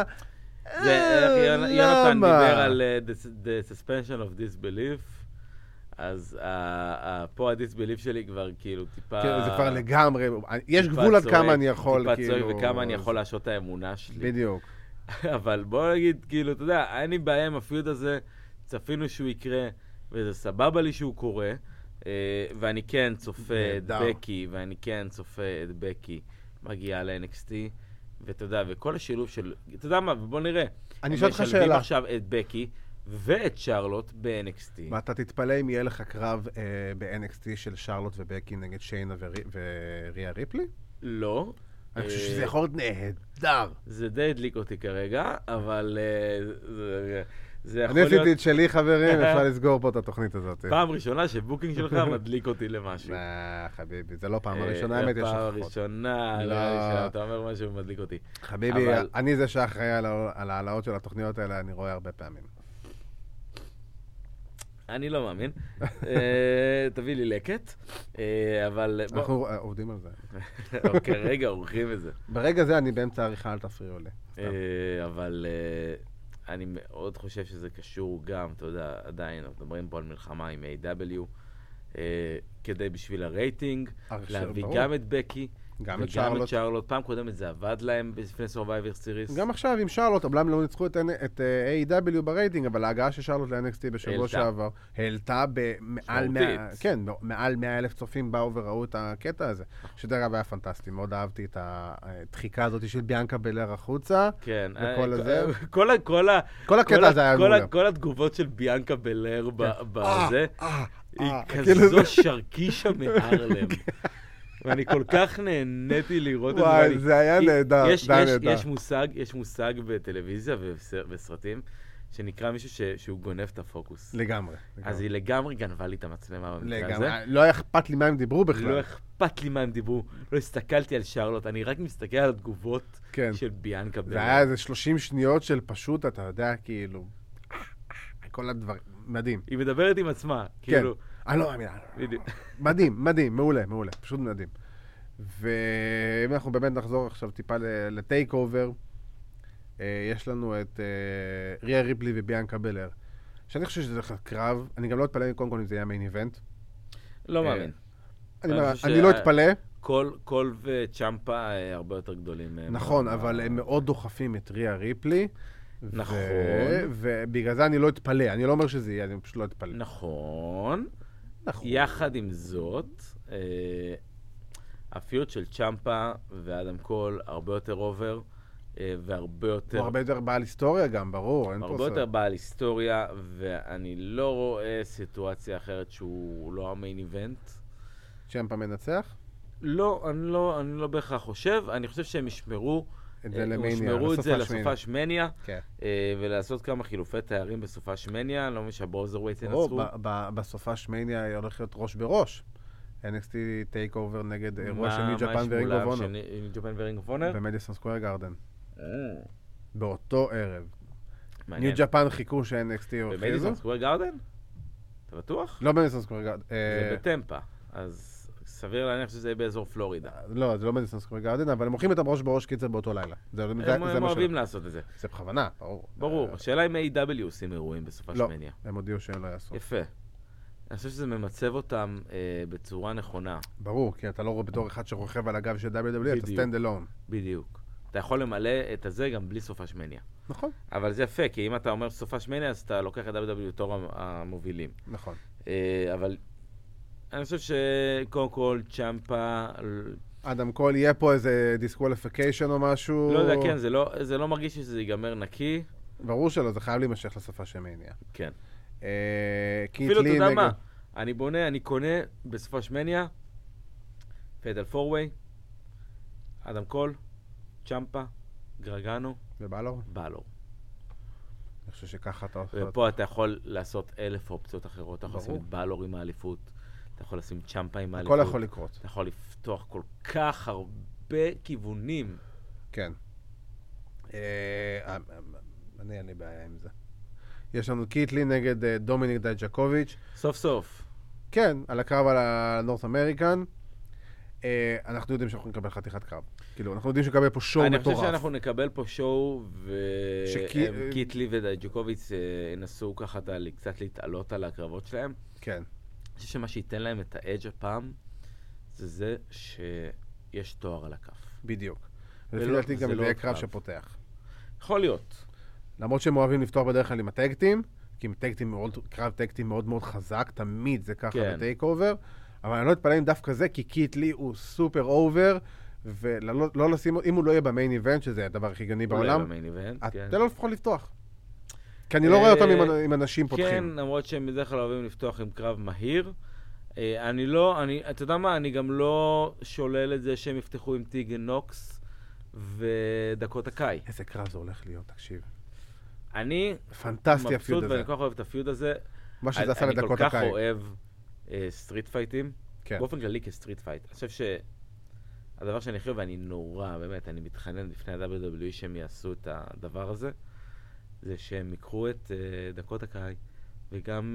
יונתן דיבר על the suspension of disbelief, אז פה ה-disbelief שלי כבר כאילו טיפה... כן, זה כבר לגמרי, יש גבול עד כמה אני יכול, כאילו... טיפה צועק וכמה אני יכול להשעות את האמונה שלי. בדיוק. אבל בוא נגיד, כאילו, אתה יודע, אין לי בעיה עם הפיוד הזה, צפינו שהוא יקרה, וזה סבבה לי שהוא קורה. ואני כן צופה את בקי, ואני כן צופה את בקי מגיעה ל-אן אקס טי, ואתה יודע, וכל השילוב של... אתה יודע מה, בוא נראה. אני שואל אותך שאלה. משלבים עכשיו את בקי ואת שרלוט ב-אן אקס טי. ואתה תתפלא אם יהיה לך קרב ב-אן אקס טי של שרלוט ובקי נגד שיינה וריה ריפלי? לא. אני חושב שזה יכול להיות נהדר. זה די הדליק אותי כרגע, אבל... אני עשיתי את שלי, חברים, אפשר לסגור פה את התוכנית הזאת. פעם ראשונה שבוקינג שלך מדליק אותי למשהו. לא, חביבי, זה לא פעם הראשונה, האמת יש לך פעם ראשונה, אתה אומר משהו ומדליק אותי. חביבי, אני זה שאחראי על העלאות של התוכניות האלה, אני רואה הרבה פעמים. אני לא מאמין. תביא לי לקט, אבל... אנחנו עובדים על זה. אוקיי, רגע, עורכים את זה. ברגע זה אני באמצע העריכה, אל תפריעו לי. אבל... אני מאוד חושב שזה קשור גם, אתה יודע, עדיין, אנחנו מדברים פה על מלחמה עם איי דאבליו, אה, כדי בשביל הרייטינג, להביא ברור. גם את בקי, גם וגם את שרלוט. את שרלוט. פעם קודם את זה עבד להם לפני Survivor Series. גם עכשיו עם שרלוט, אבל הם לא ניצחו את, את איי דאבליו ברייטינג, אבל ההגעה של שרלוט ל-אן אקס טי בשבוע שעבר, העלתה במעל מאה, כן, מעל מאה אלף צופים באו וראו את הקטע הזה, שדרך היה פנטסטי, מאוד אהבתי את הדחיקה הזאת של ביאנקה בלר החוצה, כן, וכל הזה. כל, כל, כל הקטע הזה היה מעולה. כל התגובות של ביאנקה בלר בזה, היא כזו שרקישה מהרלם. ואני כל כך נהניתי לראות את זה. וואי, זה היה נהדר, זה היה נהדר. יש מושג, יש מושג בטלוויזיה ובסרטים, שנקרא מישהו שהוא גונב את הפוקוס. לגמרי. אז היא לגמרי גנבה לי את המצלמה במקרה הזה. לא היה אכפת לי מה הם דיברו בכלל. לא אכפת לי מה הם דיברו. לא הסתכלתי על שרלוט, אני רק מסתכל על התגובות של ביאנקה בלר. זה היה איזה שלושים שניות של פשוט, אתה יודע, כאילו, כל הדברים, מדהים. היא מדברת עם עצמה, כאילו. אני לא מאמין. מדהים, מדהים, מעולה, מעולה, פשוט מדהים. ואם אנחנו באמת נחזור עכשיו טיפה לטייק אובר, יש לנו את ריה ריפלי וביאנקה בלר, שאני חושב שזה קרב, אני גם לא אתפלא קודם כל אם זה יהיה מיין איבנט. לא מאמין. אני לא אתפלא. קול וצ'מפה הרבה יותר גדולים. נכון, אבל הם מאוד דוחפים את ריה ריפלי. נכון. ובגלל זה אני לא אתפלא, אני לא אומר שזה יהיה, אני פשוט לא אתפלא. נכון. יחד עם זאת, הפיוט של צ'מפה ואדם קול הרבה יותר אובר, והרבה יותר... הוא הרבה יותר בעל היסטוריה גם, ברור. הרבה יותר בעל היסטוריה, ואני לא רואה סיטואציה אחרת שהוא לא המיין איבנט. צ'מפה מנצח? לא, אני לא, אני לא בהכרח חושב. אני חושב שהם ישמרו... את זה למניה, ישמרו את זה לסופה שמניה, ולעשות כמה חילופי תארים בסופה שמניה, לא משהו שהברוזרווייט ינצחו. בסופה שמניה הולך להיות ראש בראש. אן אקס טי טייק אובר נגד אירוע של ניו ג'פן ורינג אוף אונר. ניו ג'פן ורינג אוף אונר? במדיסון סקוואר גארדן. באותו ערב. ניו ג'פן חיכו ש-אן אקס טי הולכים. במדיסון סקוואר גארדן? אתה בטוח? לא במדיסון סקוואר גארדן. זה בטמפה, אז... סביר להניח שזה יהיה באזור פלורידה. לא, זה לא מדיסון סקוור גארדן, אבל הם הולכים את הראש בראש קיצר באותו לילה. הם אוהבים לעשות את זה. זה בכוונה, ברור. ברור. השאלה אם איי דאבליו עושים אירועים בסופה של מניה. לא, הם הודיעו שהם לא יעשו. יפה. אני חושב שזה ממצב אותם בצורה נכונה. ברור, כי אתה לא רואה בתור אחד שרוכב על הגב של דאבליו דאבליו, אתה סטנד אלון. בדיוק. אתה יכול למלא את הזה גם בלי סופה של מניה. נכון. אבל זה יפה, כי אם אתה אומר סופה של מניה, אז אתה לוקח את דאבליו דאבליו בתור המובילים. נכון. אבל אני חושב שקודם כל צ'אמפה... אדם קול, יהיה פה איזה דיסקוואליפיקיישן או משהו? לא יודע, כן, זה לא, זה לא מרגיש שזה ייגמר נקי. ברור שלא, זה חייב להימשך לסופה של מניה. כן. אפילו, אתה יודע מה? אני בונה, אני קונה בסופה של מניה, פדל פורווי, אדם קול, צ'אמפה, גרגנו. ובאלור? באלור. אני חושב שככה אתה עושה... ופה אתה יכול לעשות אלף אופציות אחרות. אתה יכול לשים את באלור עם האליפות, אתה יכול לשים צ'אמפה עם האליפות. הכל יכול לקרות. אתה יכול לפתוח כל כך הרבה כיוונים. כן. אני אין לי בעיה עם זה. יש לנו קיטלי נגד דומיניק דייג'קוביץ'. סוף סוף. כן, על הקרב על הנורת' אמריקן. אנחנו יודעים שאנחנו נקבל חתיכת קרב. כאילו, אנחנו יודעים שנקבל פה שואו מטורף. אני חושב שאנחנו נקבל פה שואו, וקיטלי ודייג'קוביץ' ינסו ככה קצת להתעלות על הקרבות שלהם. כן. אני חושב שמה שייתן להם את האדג' הפעם, זה זה שיש תואר על הכף. בדיוק. ולפי דעתי גם זה יהיה קרב שפותח. יכול להיות. למרות שהם אוהבים לפתוח בדרך כלל עם הטקטים, כי עם טקטים מאוד, קרב טקטים מאוד מאוד חזק, תמיד זה ככה כן. בטייק אובר, אבל אני לא אתפלא עם דווקא זה, כי קיטלי הוא סופר אובר, ולא לא לשים, אם הוא לא יהיה במיין איבנט, שזה הדבר הכי גני בעולם, הוא לא יהיה במיין איבנט, כן. תן לו לפחות לפתוח. כי אני לא רואה אותם עם, עם אנשים פותחים. כן, למרות שהם בדרך כלל אוהבים לפתוח עם קרב מהיר. אני לא, אני, אתה יודע מה, אני גם לא שולל את זה שהם יפתחו עם טיגן נוקס ודקות הקאי. איזה קרב זה הולך להיות, תקשיב. אני פנטסטי הפיוד הזה. ואני כל כך אוהב את הפיוד הזה. מה שזה עשה לדקות הקאי. אני כל כך אוהב סטריט פייטים. כן. באופן כללי כסטריט פייט. אני חושב שהדבר שאני חושב, ואני נורא, באמת, אני מתחנן לפני ה-דאבליו דאבליו אי שהם יעשו את הדבר הזה, זה שהם יקחו את דקות הקאי, וגם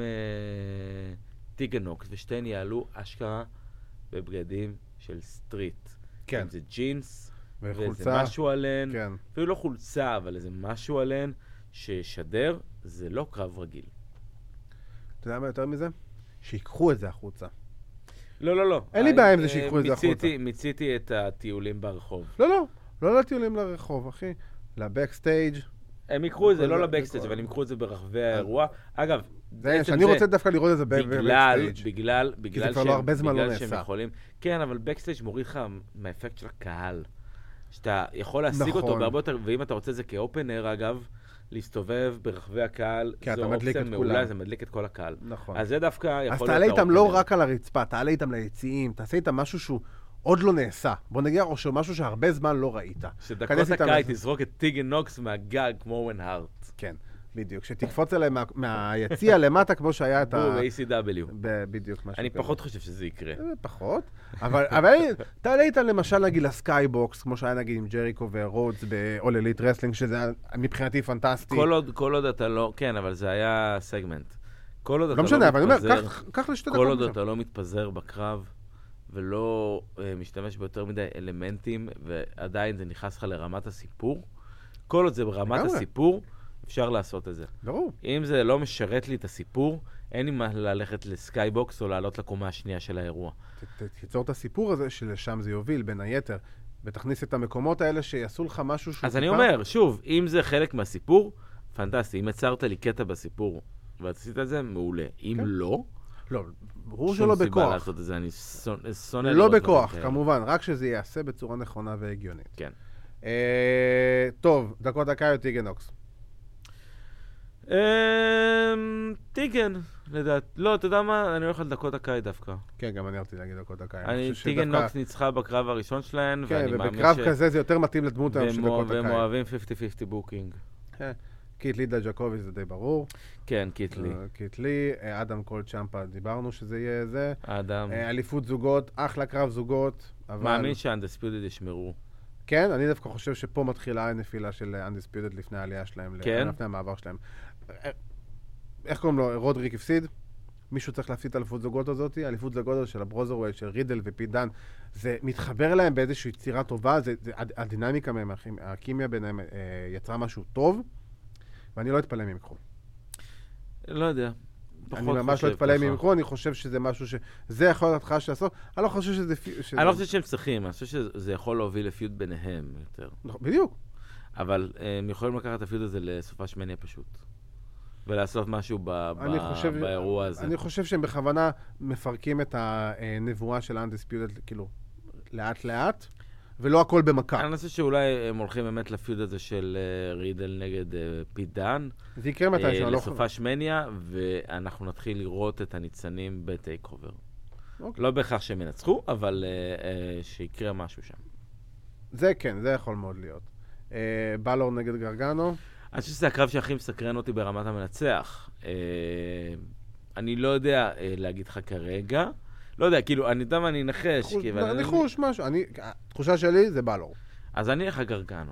טיגן נוקס, ושתיהן יעלו אשכרה בבגדים של סטריט. כן. אם זה ג'ינס, וחולצה. ואיזה משהו עליהן. כן. אפילו לא חולצה, אבל איזה משהו עליהן, ששדר, זה לא קרב רגיל. אתה יודע מה יותר מזה? שיקחו את זה החוצה. לא, לא, לא. אין לי בעיה עם זה שיקחו את זה החוצה. מיציתי את הטיולים ברחוב. לא, לא. לא לטיולים לרחוב, אחי. לבקסטייג'. הם יקחו את זה, לא לבקסטייג', אבל הם יקחו את זה ברחבי האירוע. אגב, אני רוצה דווקא לראות את זה בבקסטייג'. בגלל, בגלל שהם יכולים. כן, אבל בקסטייג' מוריד לך מהאפקט של הקהל. שאתה יכול להשיג אותו בהרבה יותר, ואם אתה רוצה את זה כאופנר, אגב, להסתובב ברחבי הקהל, זו אופציה מעולה, זה מדליק את כל הקהל. נכון. אז זה דווקא יכול להיות אז תעלה איתם לא רק על הרצפה, תעלה איתם ליציאים, תעשה איתם משהו שהוא עוד לא נעשה. בוא נגיע, או משהו שהרבה זמן לא ראית. שדקות הקאי תזרוק את טיגן נוקס מהגג כמו אוון הארט. כן, בדיוק. שתקפוץ עליהם מהיציע למטה כמו שהיה את ה... ב-איי סי דאבליו. בדיוק משהו. אני פחות חושב שזה יקרה. פחות. אבל תעלה איתם למשל נגיד לסקייבוקס, כמו שהיה נגיד עם ג'ריקו ורודס ב-All Elite Wrestling, שזה מבחינתי פנטסטי. כל עוד אתה לא... כן, אבל זה היה סגמנט. לא משנה, אבל אני אומר, קח לשתי דקות. כל עוד אתה לא מתפזר בקרב, ולא uh, משתמש ביותר מדי אלמנטים, ועדיין זה נכנס לך לרמת הסיפור. כל עוד זה ברמת הסיפור, אפשר לעשות את זה. ברור. אם זה לא משרת לי את הסיפור, אין לי מה ללכת לסקייבוקס או לעלות לקומה השנייה של האירוע. תיצור את הסיפור הזה שלשם זה יוביל, בין היתר, ותכניס את המקומות האלה שיעשו לך משהו שהוא... אז אני אומר, שוב, אם זה חלק מהסיפור, פנטסטי. אם יצרת לי קטע בסיפור, ועשית את זה, מעולה. אם לא... לא, ברור שלא בכוח. שום סיבה לעשות את זה, אני שונא... לא בכוח, כמובן, רק שזה יעשה בצורה נכונה והגיונית. כן. טוב, דקות הקאי או טיגן נוקס? טיגן, לדעת. לא, אתה יודע מה? אני הולך על דקות הקאי דווקא. כן, גם אני רציתי להגיד דקות הקאי. טיגן נוקס ניצחה בקרב הראשון שלהן, כן, ובקרב כזה זה יותר מתאים לדמות היום של דקות הקאי. והם אוהבים חמישים חמישים בוקינג. כן. קיטלי דייג'קוביץ' זה די ברור. כן, קיטלי. קיטלי, אדם קול צ'אמפה, דיברנו שזה יהיה זה. אדם. אליפות זוגות, אחלה קרב זוגות. מאמין שאנדספיוטד ישמרו. כן, אני דווקא חושב שפה מתחילה הנפילה של אנדספיוטד לפני העלייה שלהם. כן. לפני המעבר שלהם. איך קוראים לו? רודריק הפסיד? מישהו צריך להפסיד את האליפות זוגות הזאת, האליפות זוגות הזאת של הברוזרווייט, של רידל ופי דן, זה מתחבר להם באיזושהי יצירה טובה, זה, זה, הדינמיקה מהם, הכימיה ביניהם אה, יצרה משהו טוב, ואני לא אתפלא מהם יקחו. לא יודע. אני ממש לא אתפלא מהם יקחו, אני חושב שזה משהו ש... זה יכול להיות התחלה של הסוף, אני לא חושב שזה... שזה... אני לא חושב שהם צריכים, אני חושב שזה יכול להוביל לפיוט ביניהם יותר. בדיוק. אבל הם יכולים לקחת את הפיוט הזה לסופה שמניה פשוט. ולעשות משהו ב- ב- חושב, באירוע הזה. אני חושב שהם בכוונה מפרקים את הנבואה של ה-Undisputed, כאילו, לאט לאט, ולא הכל במכה. אני חושב שאולי הם הולכים באמת לפיוד הזה של uh, רידל נגד uh, פי דן. זה יקרה מתי uh, שאני לא לסופה שמניה, ואנחנו נתחיל לראות את הניצנים בטייק אובר. אוקיי. לא בהכרח שהם ינצחו, אבל uh, uh, שיקרה משהו שם. זה כן, זה יכול מאוד להיות. Uh, בלור נגד גרגנו. אני חושב שזה הקרב שהכי מסקרן אותי ברמת המנצח. Uh, אני לא יודע uh, להגיד לך כרגע. לא יודע, כאילו, אני יודע מה אני אנחש. ניחוש, משהו. התחושה שלי זה בלור. אז אני אלך גרגנו.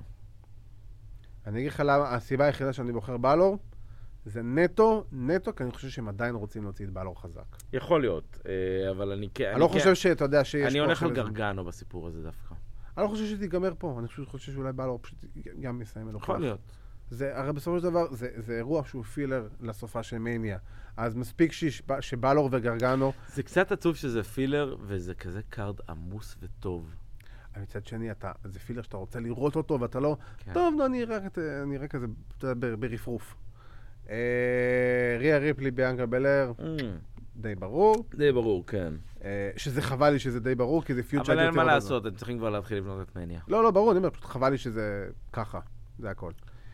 אני אגיד לך למה, הסיבה היחידה שאני בוחר בלור, זה נטו, נטו, כי אני חושב שהם עדיין רוצים להוציא את בלור חזק. יכול להיות, אבל אני כן... אני לא חושב שאתה יודע שיש... אני הולך על גרגנו בסיפור הזה דווקא. אני לא חושב שתיגמר פה, אני חושב שאולי בלור פשוט גם מסיים מלוכלך. יכול להיות. זה, הרי בסופו של דבר, זה, זה אירוע שהוא פילר לסופה של מניה. אז מספיק שבלור וגרגנו... זה קצת עצוב שזה פילר, וזה כזה קארד עמוס וטוב. מצד שני, אתה, זה פילר שאתה רוצה לראות אותו, ואתה לא... כן. טוב, לא, אני אראה כזה ברפרוף. אה, ריה ריפלי, ביאנקה בלר, mm. די ברור. די ברור, כן. אה, שזה חבל לי שזה די ברור, כי זה פיוט אבל אין מה לעשות, הם צריכים כבר להתחיל לבנות את מניה. לא, לא, ברור, אני אומר, פשוט חבל לי שזה ככה, זה הכל.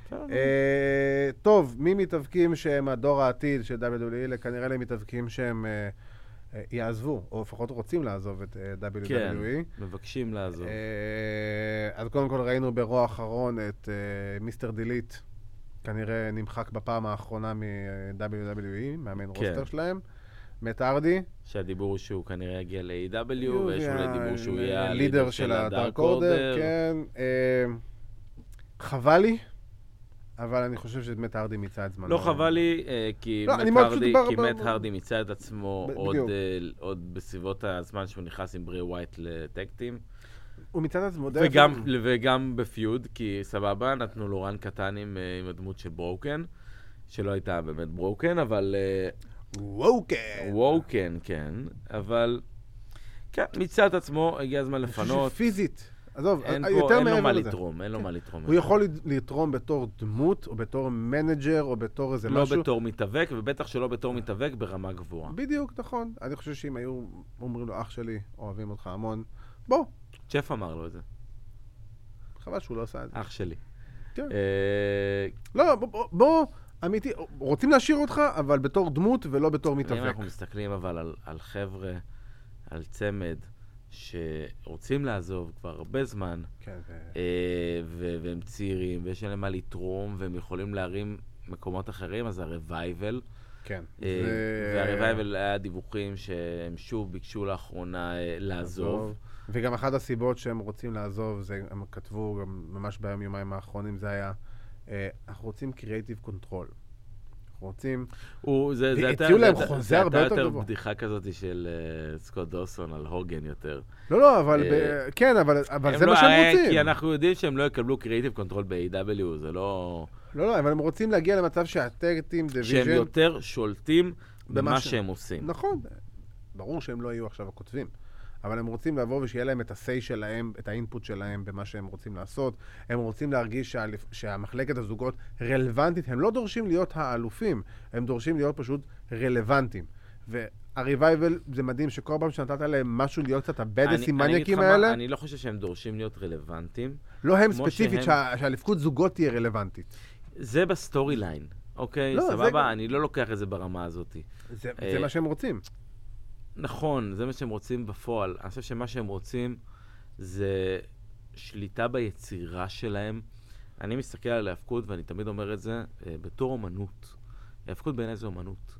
אה, טוב, מי מתאבקים שהם הדור העתיד של דאבליו דאבליו אי, כנראה להם מתאבקים שהם אה, אה, יעזבו, או לפחות רוצים לעזוב את אה, דאבליו דאבליו אי. כן, מבקשים לעזוב. אה, אז קודם כל ראינו ברוע האחרון את אה, מיסטר דיליט, כנראה נמחק בפעם האחרונה מ-דאבליו דאבליו אי, מהמיין כן. רוסטר שלהם. מת ארדי. שהדיבור הוא שהוא כנראה יגיע ל-איי דאבליו, ויש אולי דיבור שהוא יהיה הלידר של הדארק אורדר. כן. אה, חבל לי. אבל אני חושב שמת הרדי מיצה את זמנו. לא חבל לי, כי מת הרדי מיצה את עצמו עוד בסביבות הזמן שהוא נכנס עם ברי ווייט לטקטים. הוא מיצה את עצמו. וגם בפיוד, כי סבבה, נתנו לו רן קטן עם הדמות של ברוקן, שלא הייתה באמת ברוקן, אבל... ווקן. ווקן, כן. אבל... כן, מיצה את עצמו, הגיע הזמן לפנות. אני חושב שפיזית. עזוב, אין, פה, אין לו מה לתרום, אין לו מה לתרום. הוא יכול לתרום בתור דמות, או בתור מנג'ר, או בתור איזה לא משהו. לא בתור מתאבק, ובטח שלא בתור מתאבק ברמה גבוהה. בדיוק, נכון. אני חושב שאם היו אומרים לו, אח שלי, אוהבים אותך המון, בוא. צ'ף אמר לו את זה. חבל שהוא לא עשה את זה. אח שלי. כן. לא, בוא, אמיתי, רוצים להשאיר אותך, אבל בתור דמות ולא בתור מתאבק. אם אנחנו מסתכלים אבל על חבר'ה, על צמד, שרוצים לעזוב כבר הרבה זמן, כן, ו... ו- והם צעירים, ויש להם מה לתרום, והם יכולים להרים מקומות אחרים, אז הרווייבל. כן. ו... והרווייבל היה דיווחים שהם שוב ביקשו לאחרונה לעזוב. וגם אחת הסיבות שהם רוצים לעזוב, זה, הם כתבו גם ממש ביום יומיים האחרונים, זה היה, אנחנו רוצים creative control. רוצים... זה הציעו להם חוזה הרבה יותר גבוה. זה יותר בדיחה כזאת של סקוט דוסון על הוגן יותר. לא, לא, אבל... כן, אבל זה מה שהם רוצים. כי אנחנו יודעים שהם לא יקבלו קריאיטיב קונטרול ב-איי דאבליו, זה לא... לא, לא, אבל הם רוצים להגיע למצב שהטקטים, דיוויז'ן... שהם יותר שולטים במה שהם עושים. נכון. ברור שהם לא יהיו עכשיו הכותבים. אבל הם רוצים לבוא ושיהיה להם את ה-say שלהם, את האינפוט שלהם במה שהם רוצים לעשות. הם רוצים להרגיש שה... שהמחלקת הזוגות רלוונטית. הם לא דורשים להיות האלופים, הם דורשים להיות פשוט רלוונטיים. והריווייבל זה מדהים שכל פעם שנתת להם משהו להיות קצת הבדסים מניאקים האלה. אני לא חושב שהם דורשים להיות רלוונטיים. לא הם ספציפית, שהם... שהלפקות זוגות תהיה רלוונטית. זה בסטורי ליין, אוקיי? לא, סבבה, זה... אני לא לוקח את זה ברמה הזאת. זה, אה... זה מה שהם רוצים. נכון, זה מה שהם רוצים בפועל. אני חושב שמה שהם רוצים זה שליטה ביצירה שלהם. אני מסתכל על ההפקות, ואני תמיד אומר את זה, בתור אומנות. ההפקות בעיניי זה אומנות.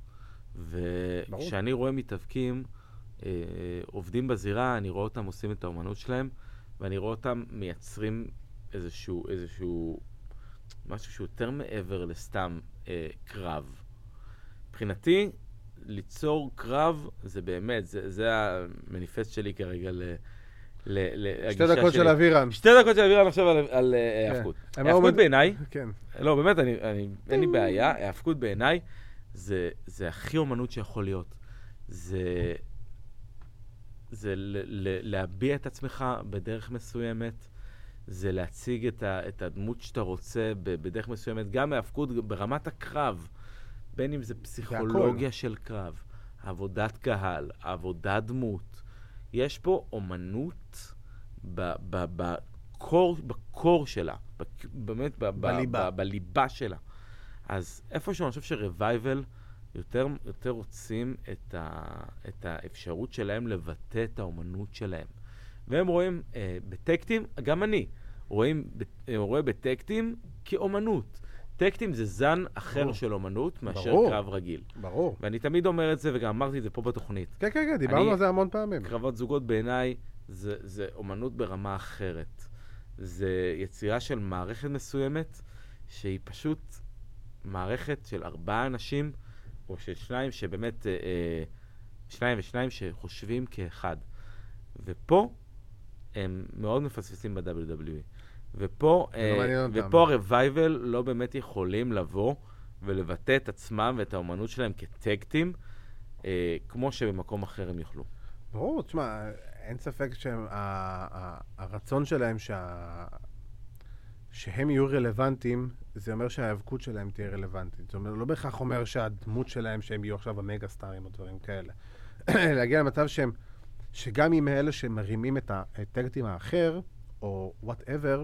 וכשאני רואה מתאבקים, עובדים בזירה, אני רואה אותם עושים את האומנות שלהם, ואני רואה אותם מייצרים איזשהו, איזשהו, משהו שהוא יותר מעבר לסתם קרב. מבחינתי, ליצור קרב, זה באמת, זה, זה המניפסט שלי כרגע ל... שתי דקות של אבירן. שתי דקות של אבירן עכשיו על האבקות. האבקות בעיניי, לא, באמת, אין לי בעיה, האבקות בעיניי, זה הכי אומנות שיכול להיות. זה להביע את עצמך בדרך מסוימת, זה להציג את הדמות שאתה רוצה בדרך מסוימת, גם האבקות ברמת הקרב, בין אם זה פסיכולוגיה של קרב, עבודת קהל, עבודת דמות, יש פה אומנות בקור שלה, באמת בליבה שלה. אז איפשהו אני חושב שרווייבל יותר רוצים את האפשרות שלהם לבטא את האומנות שלהם. והם רואים בטקטים, גם אני, רואה בטקטים כאומנות. טקטים זה זן אחר ברור. של אומנות מאשר ברור. קרב רגיל. ברור. ואני תמיד אומר את זה, וגם אמרתי את זה פה בתוכנית. כן, כן, כן, דיברנו על זה המון פעמים. קרבות זוגות בעיניי זה, זה אומנות ברמה אחרת. זה יצירה של מערכת מסוימת, שהיא פשוט מערכת של ארבעה אנשים, או של שניים שבאמת, אה, שניים ושניים שחושבים כאחד. ופה הם מאוד מפספסים ב-דאבליו דאבליו אי. ופה, אה, ופה הרווייבל לא באמת יכולים לבוא ולבטא את עצמם ואת האומנות שלהם כטקטים, אה, כמו שבמקום אחר הם יוכלו. ברור, תשמע, אין ספק שהרצון שלהם שה... שהם יהיו רלוונטיים, זה אומר שההיאבקות שלהם תהיה רלוונטית. זאת אומרת, לא בהכרח אומר שהדמות שלהם, שהם יהיו עכשיו המגה סטארים או דברים כאלה. להגיע למצב שהם, שגם עם אלה שמרימים את הטקטים האחר, או whatever,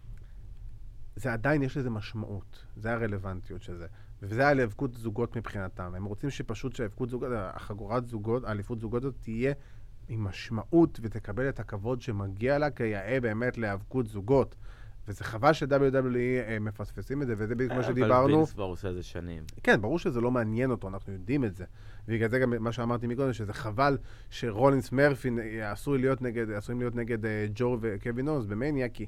זה עדיין יש לזה משמעות. זה הרלוונטיות של זה. וזה ההיאבקות זוגות מבחינתם. הם רוצים שפשוט שההיאבקות זוגות, החגורת זוגות, האליפות זוגות הזאת תהיה עם משמעות ותקבל את הכבוד שמגיע לה כיאה באמת להיאבקות זוגות. וזה חבל ש-דאבליו דאבליו אי מפספסים את זה, וזה בדיוק מה שדיברנו. אבל וינס כבר עושה את זה שנים. כן, ברור שזה לא מעניין אותו, אנחנו יודעים את זה. ובגלל זה גם מה שאמרתי מקודם, שזה חבל שרולינס מרפי עשויים להיות נגד, עשויים להיות נגד ג'ו וקווין אונס במניה, כי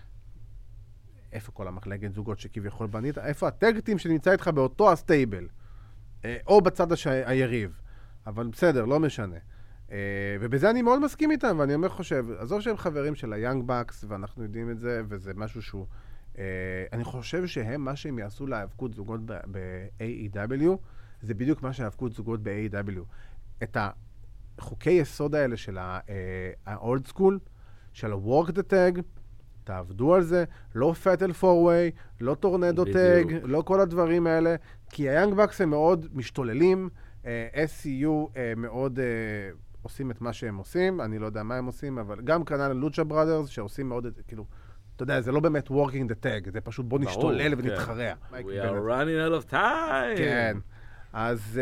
איפה כל המחלקת זוגות שכביכול בנית? איפה הטקטים שנמצא איתך באותו הסטייבל? או בצד היריב. אבל בסדר, לא משנה. ובזה אני מאוד מסכים איתם, ואני אומר חושב, עזוב שהם חברים של היאנג בקס, ואנחנו יודעים את זה, וזה משהו שהוא... אני חושב שהם, מה שהם יעשו להיאבקות זוגות ב-איי אי דאבליו, זה בדיוק מה שהאבקות זוגות ב-איי אי דאבליו. את החוקי יסוד האלה של ה-old school, של ה-work the tag, תעבדו על זה, לא fatal four way, לא טורנדו tag, לא כל הדברים האלה, כי היאנג בקס הם מאוד משתוללים, אס סי יו מאוד... עושים את מה שהם עושים, אני לא יודע מה הם עושים, אבל גם כנ"ל לוצ'ה בראדרס, שעושים מאוד, כאילו, אתה יודע, זה לא באמת working the tag, זה פשוט בוא נשתולל ונתחרע. We are running out of time. כן. אז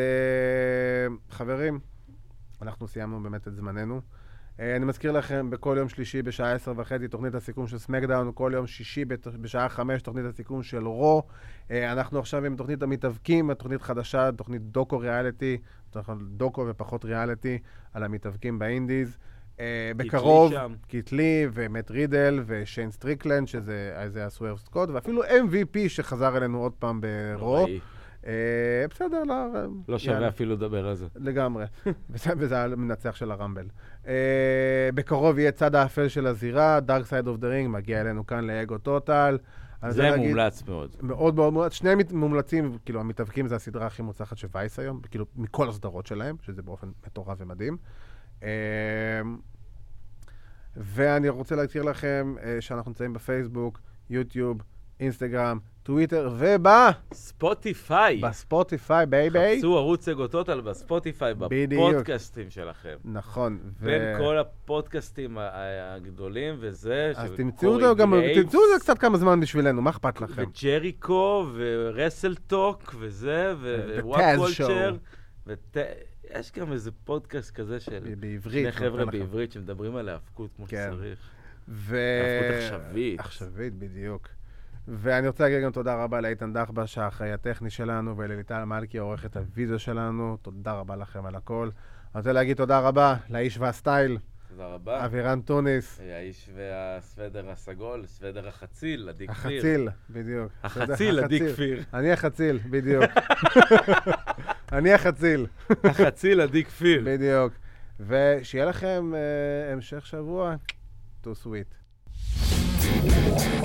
חברים, אנחנו סיימנו באמת את זמננו. אני מזכיר לכם, בכל יום שלישי בשעה עשר וחצי, תוכנית הסיכום של סמקדאון, כל יום שישי בשעה חמש, תוכנית הסיכום של רו. אנחנו עכשיו עם תוכנית המתאבקים, תוכנית חדשה, תוכנית דוקו ריאליטי, דוקו ופחות ריאליטי, על המתאבקים באינדיז. בקרוב, קיטלי ומט רידל ושיין סטריקלנד, שזה הסוורף סקוט, ואפילו אם וי פי שחזר אלינו עוד פעם ברו. בסדר, לא... לא שווה אפילו לדבר על זה. לגמרי. וזה המנצח של הרמבל. בקרוב יהיה צד האפל של הזירה, Dark Side of the Ring, מגיע אלינו כאן לאגו טוטל. זה מומלץ מאוד. מאוד מאוד מומלץ. שני מומלצים, כאילו, המתאבקים זה הסדרה הכי מוצלחת של וייס היום, כאילו, מכל הסדרות שלהם, שזה באופן מטורף ומדהים. ואני רוצה להזכיר לכם שאנחנו נמצאים בפייסבוק, יוטיוב, אינסטגרם, טוויטר, ובא... ספוטיפיי. בספוטיפיי, ביי ביי. חפשו ערוץ אגו טוטל בספוטיפיי, בפודקאסטים שלכם. נכון. בין כל הפודקאסטים הגדולים וזה... אז תמצאו גם, תמצאו זה קצת כמה זמן בשבילנו, מה אכפת לכם? וג'ריקו, ורסל טוק, וזה, ווואט קולצ'ר. יש גם איזה פודקאסט כזה של... בעברית. שני חבר'ה בעברית שמדברים על ההפקות כמו שצריך. ההפקות עכשווית. עכשווית, בדיוק. ואני רוצה להגיד גם תודה רבה לאיתן דחבש, האחראי הטכני שלנו, ולליטל מלכי, עורכת הוידאו שלנו. תודה רבה לכם על הכל. אני רוצה להגיד תודה רבה לאיש והסטייל. תודה רבה. אבירן טוניס. האיש והסוודר הסגול, סוודר החציל, הדיק פיר. החציל, בדיוק. החציל, הדיק פיר. אני החציל, בדיוק. אני החציל. החציל עדי כפיר. בדיוק. ושיהיה לכם uh, המשך שבוע. To sweet.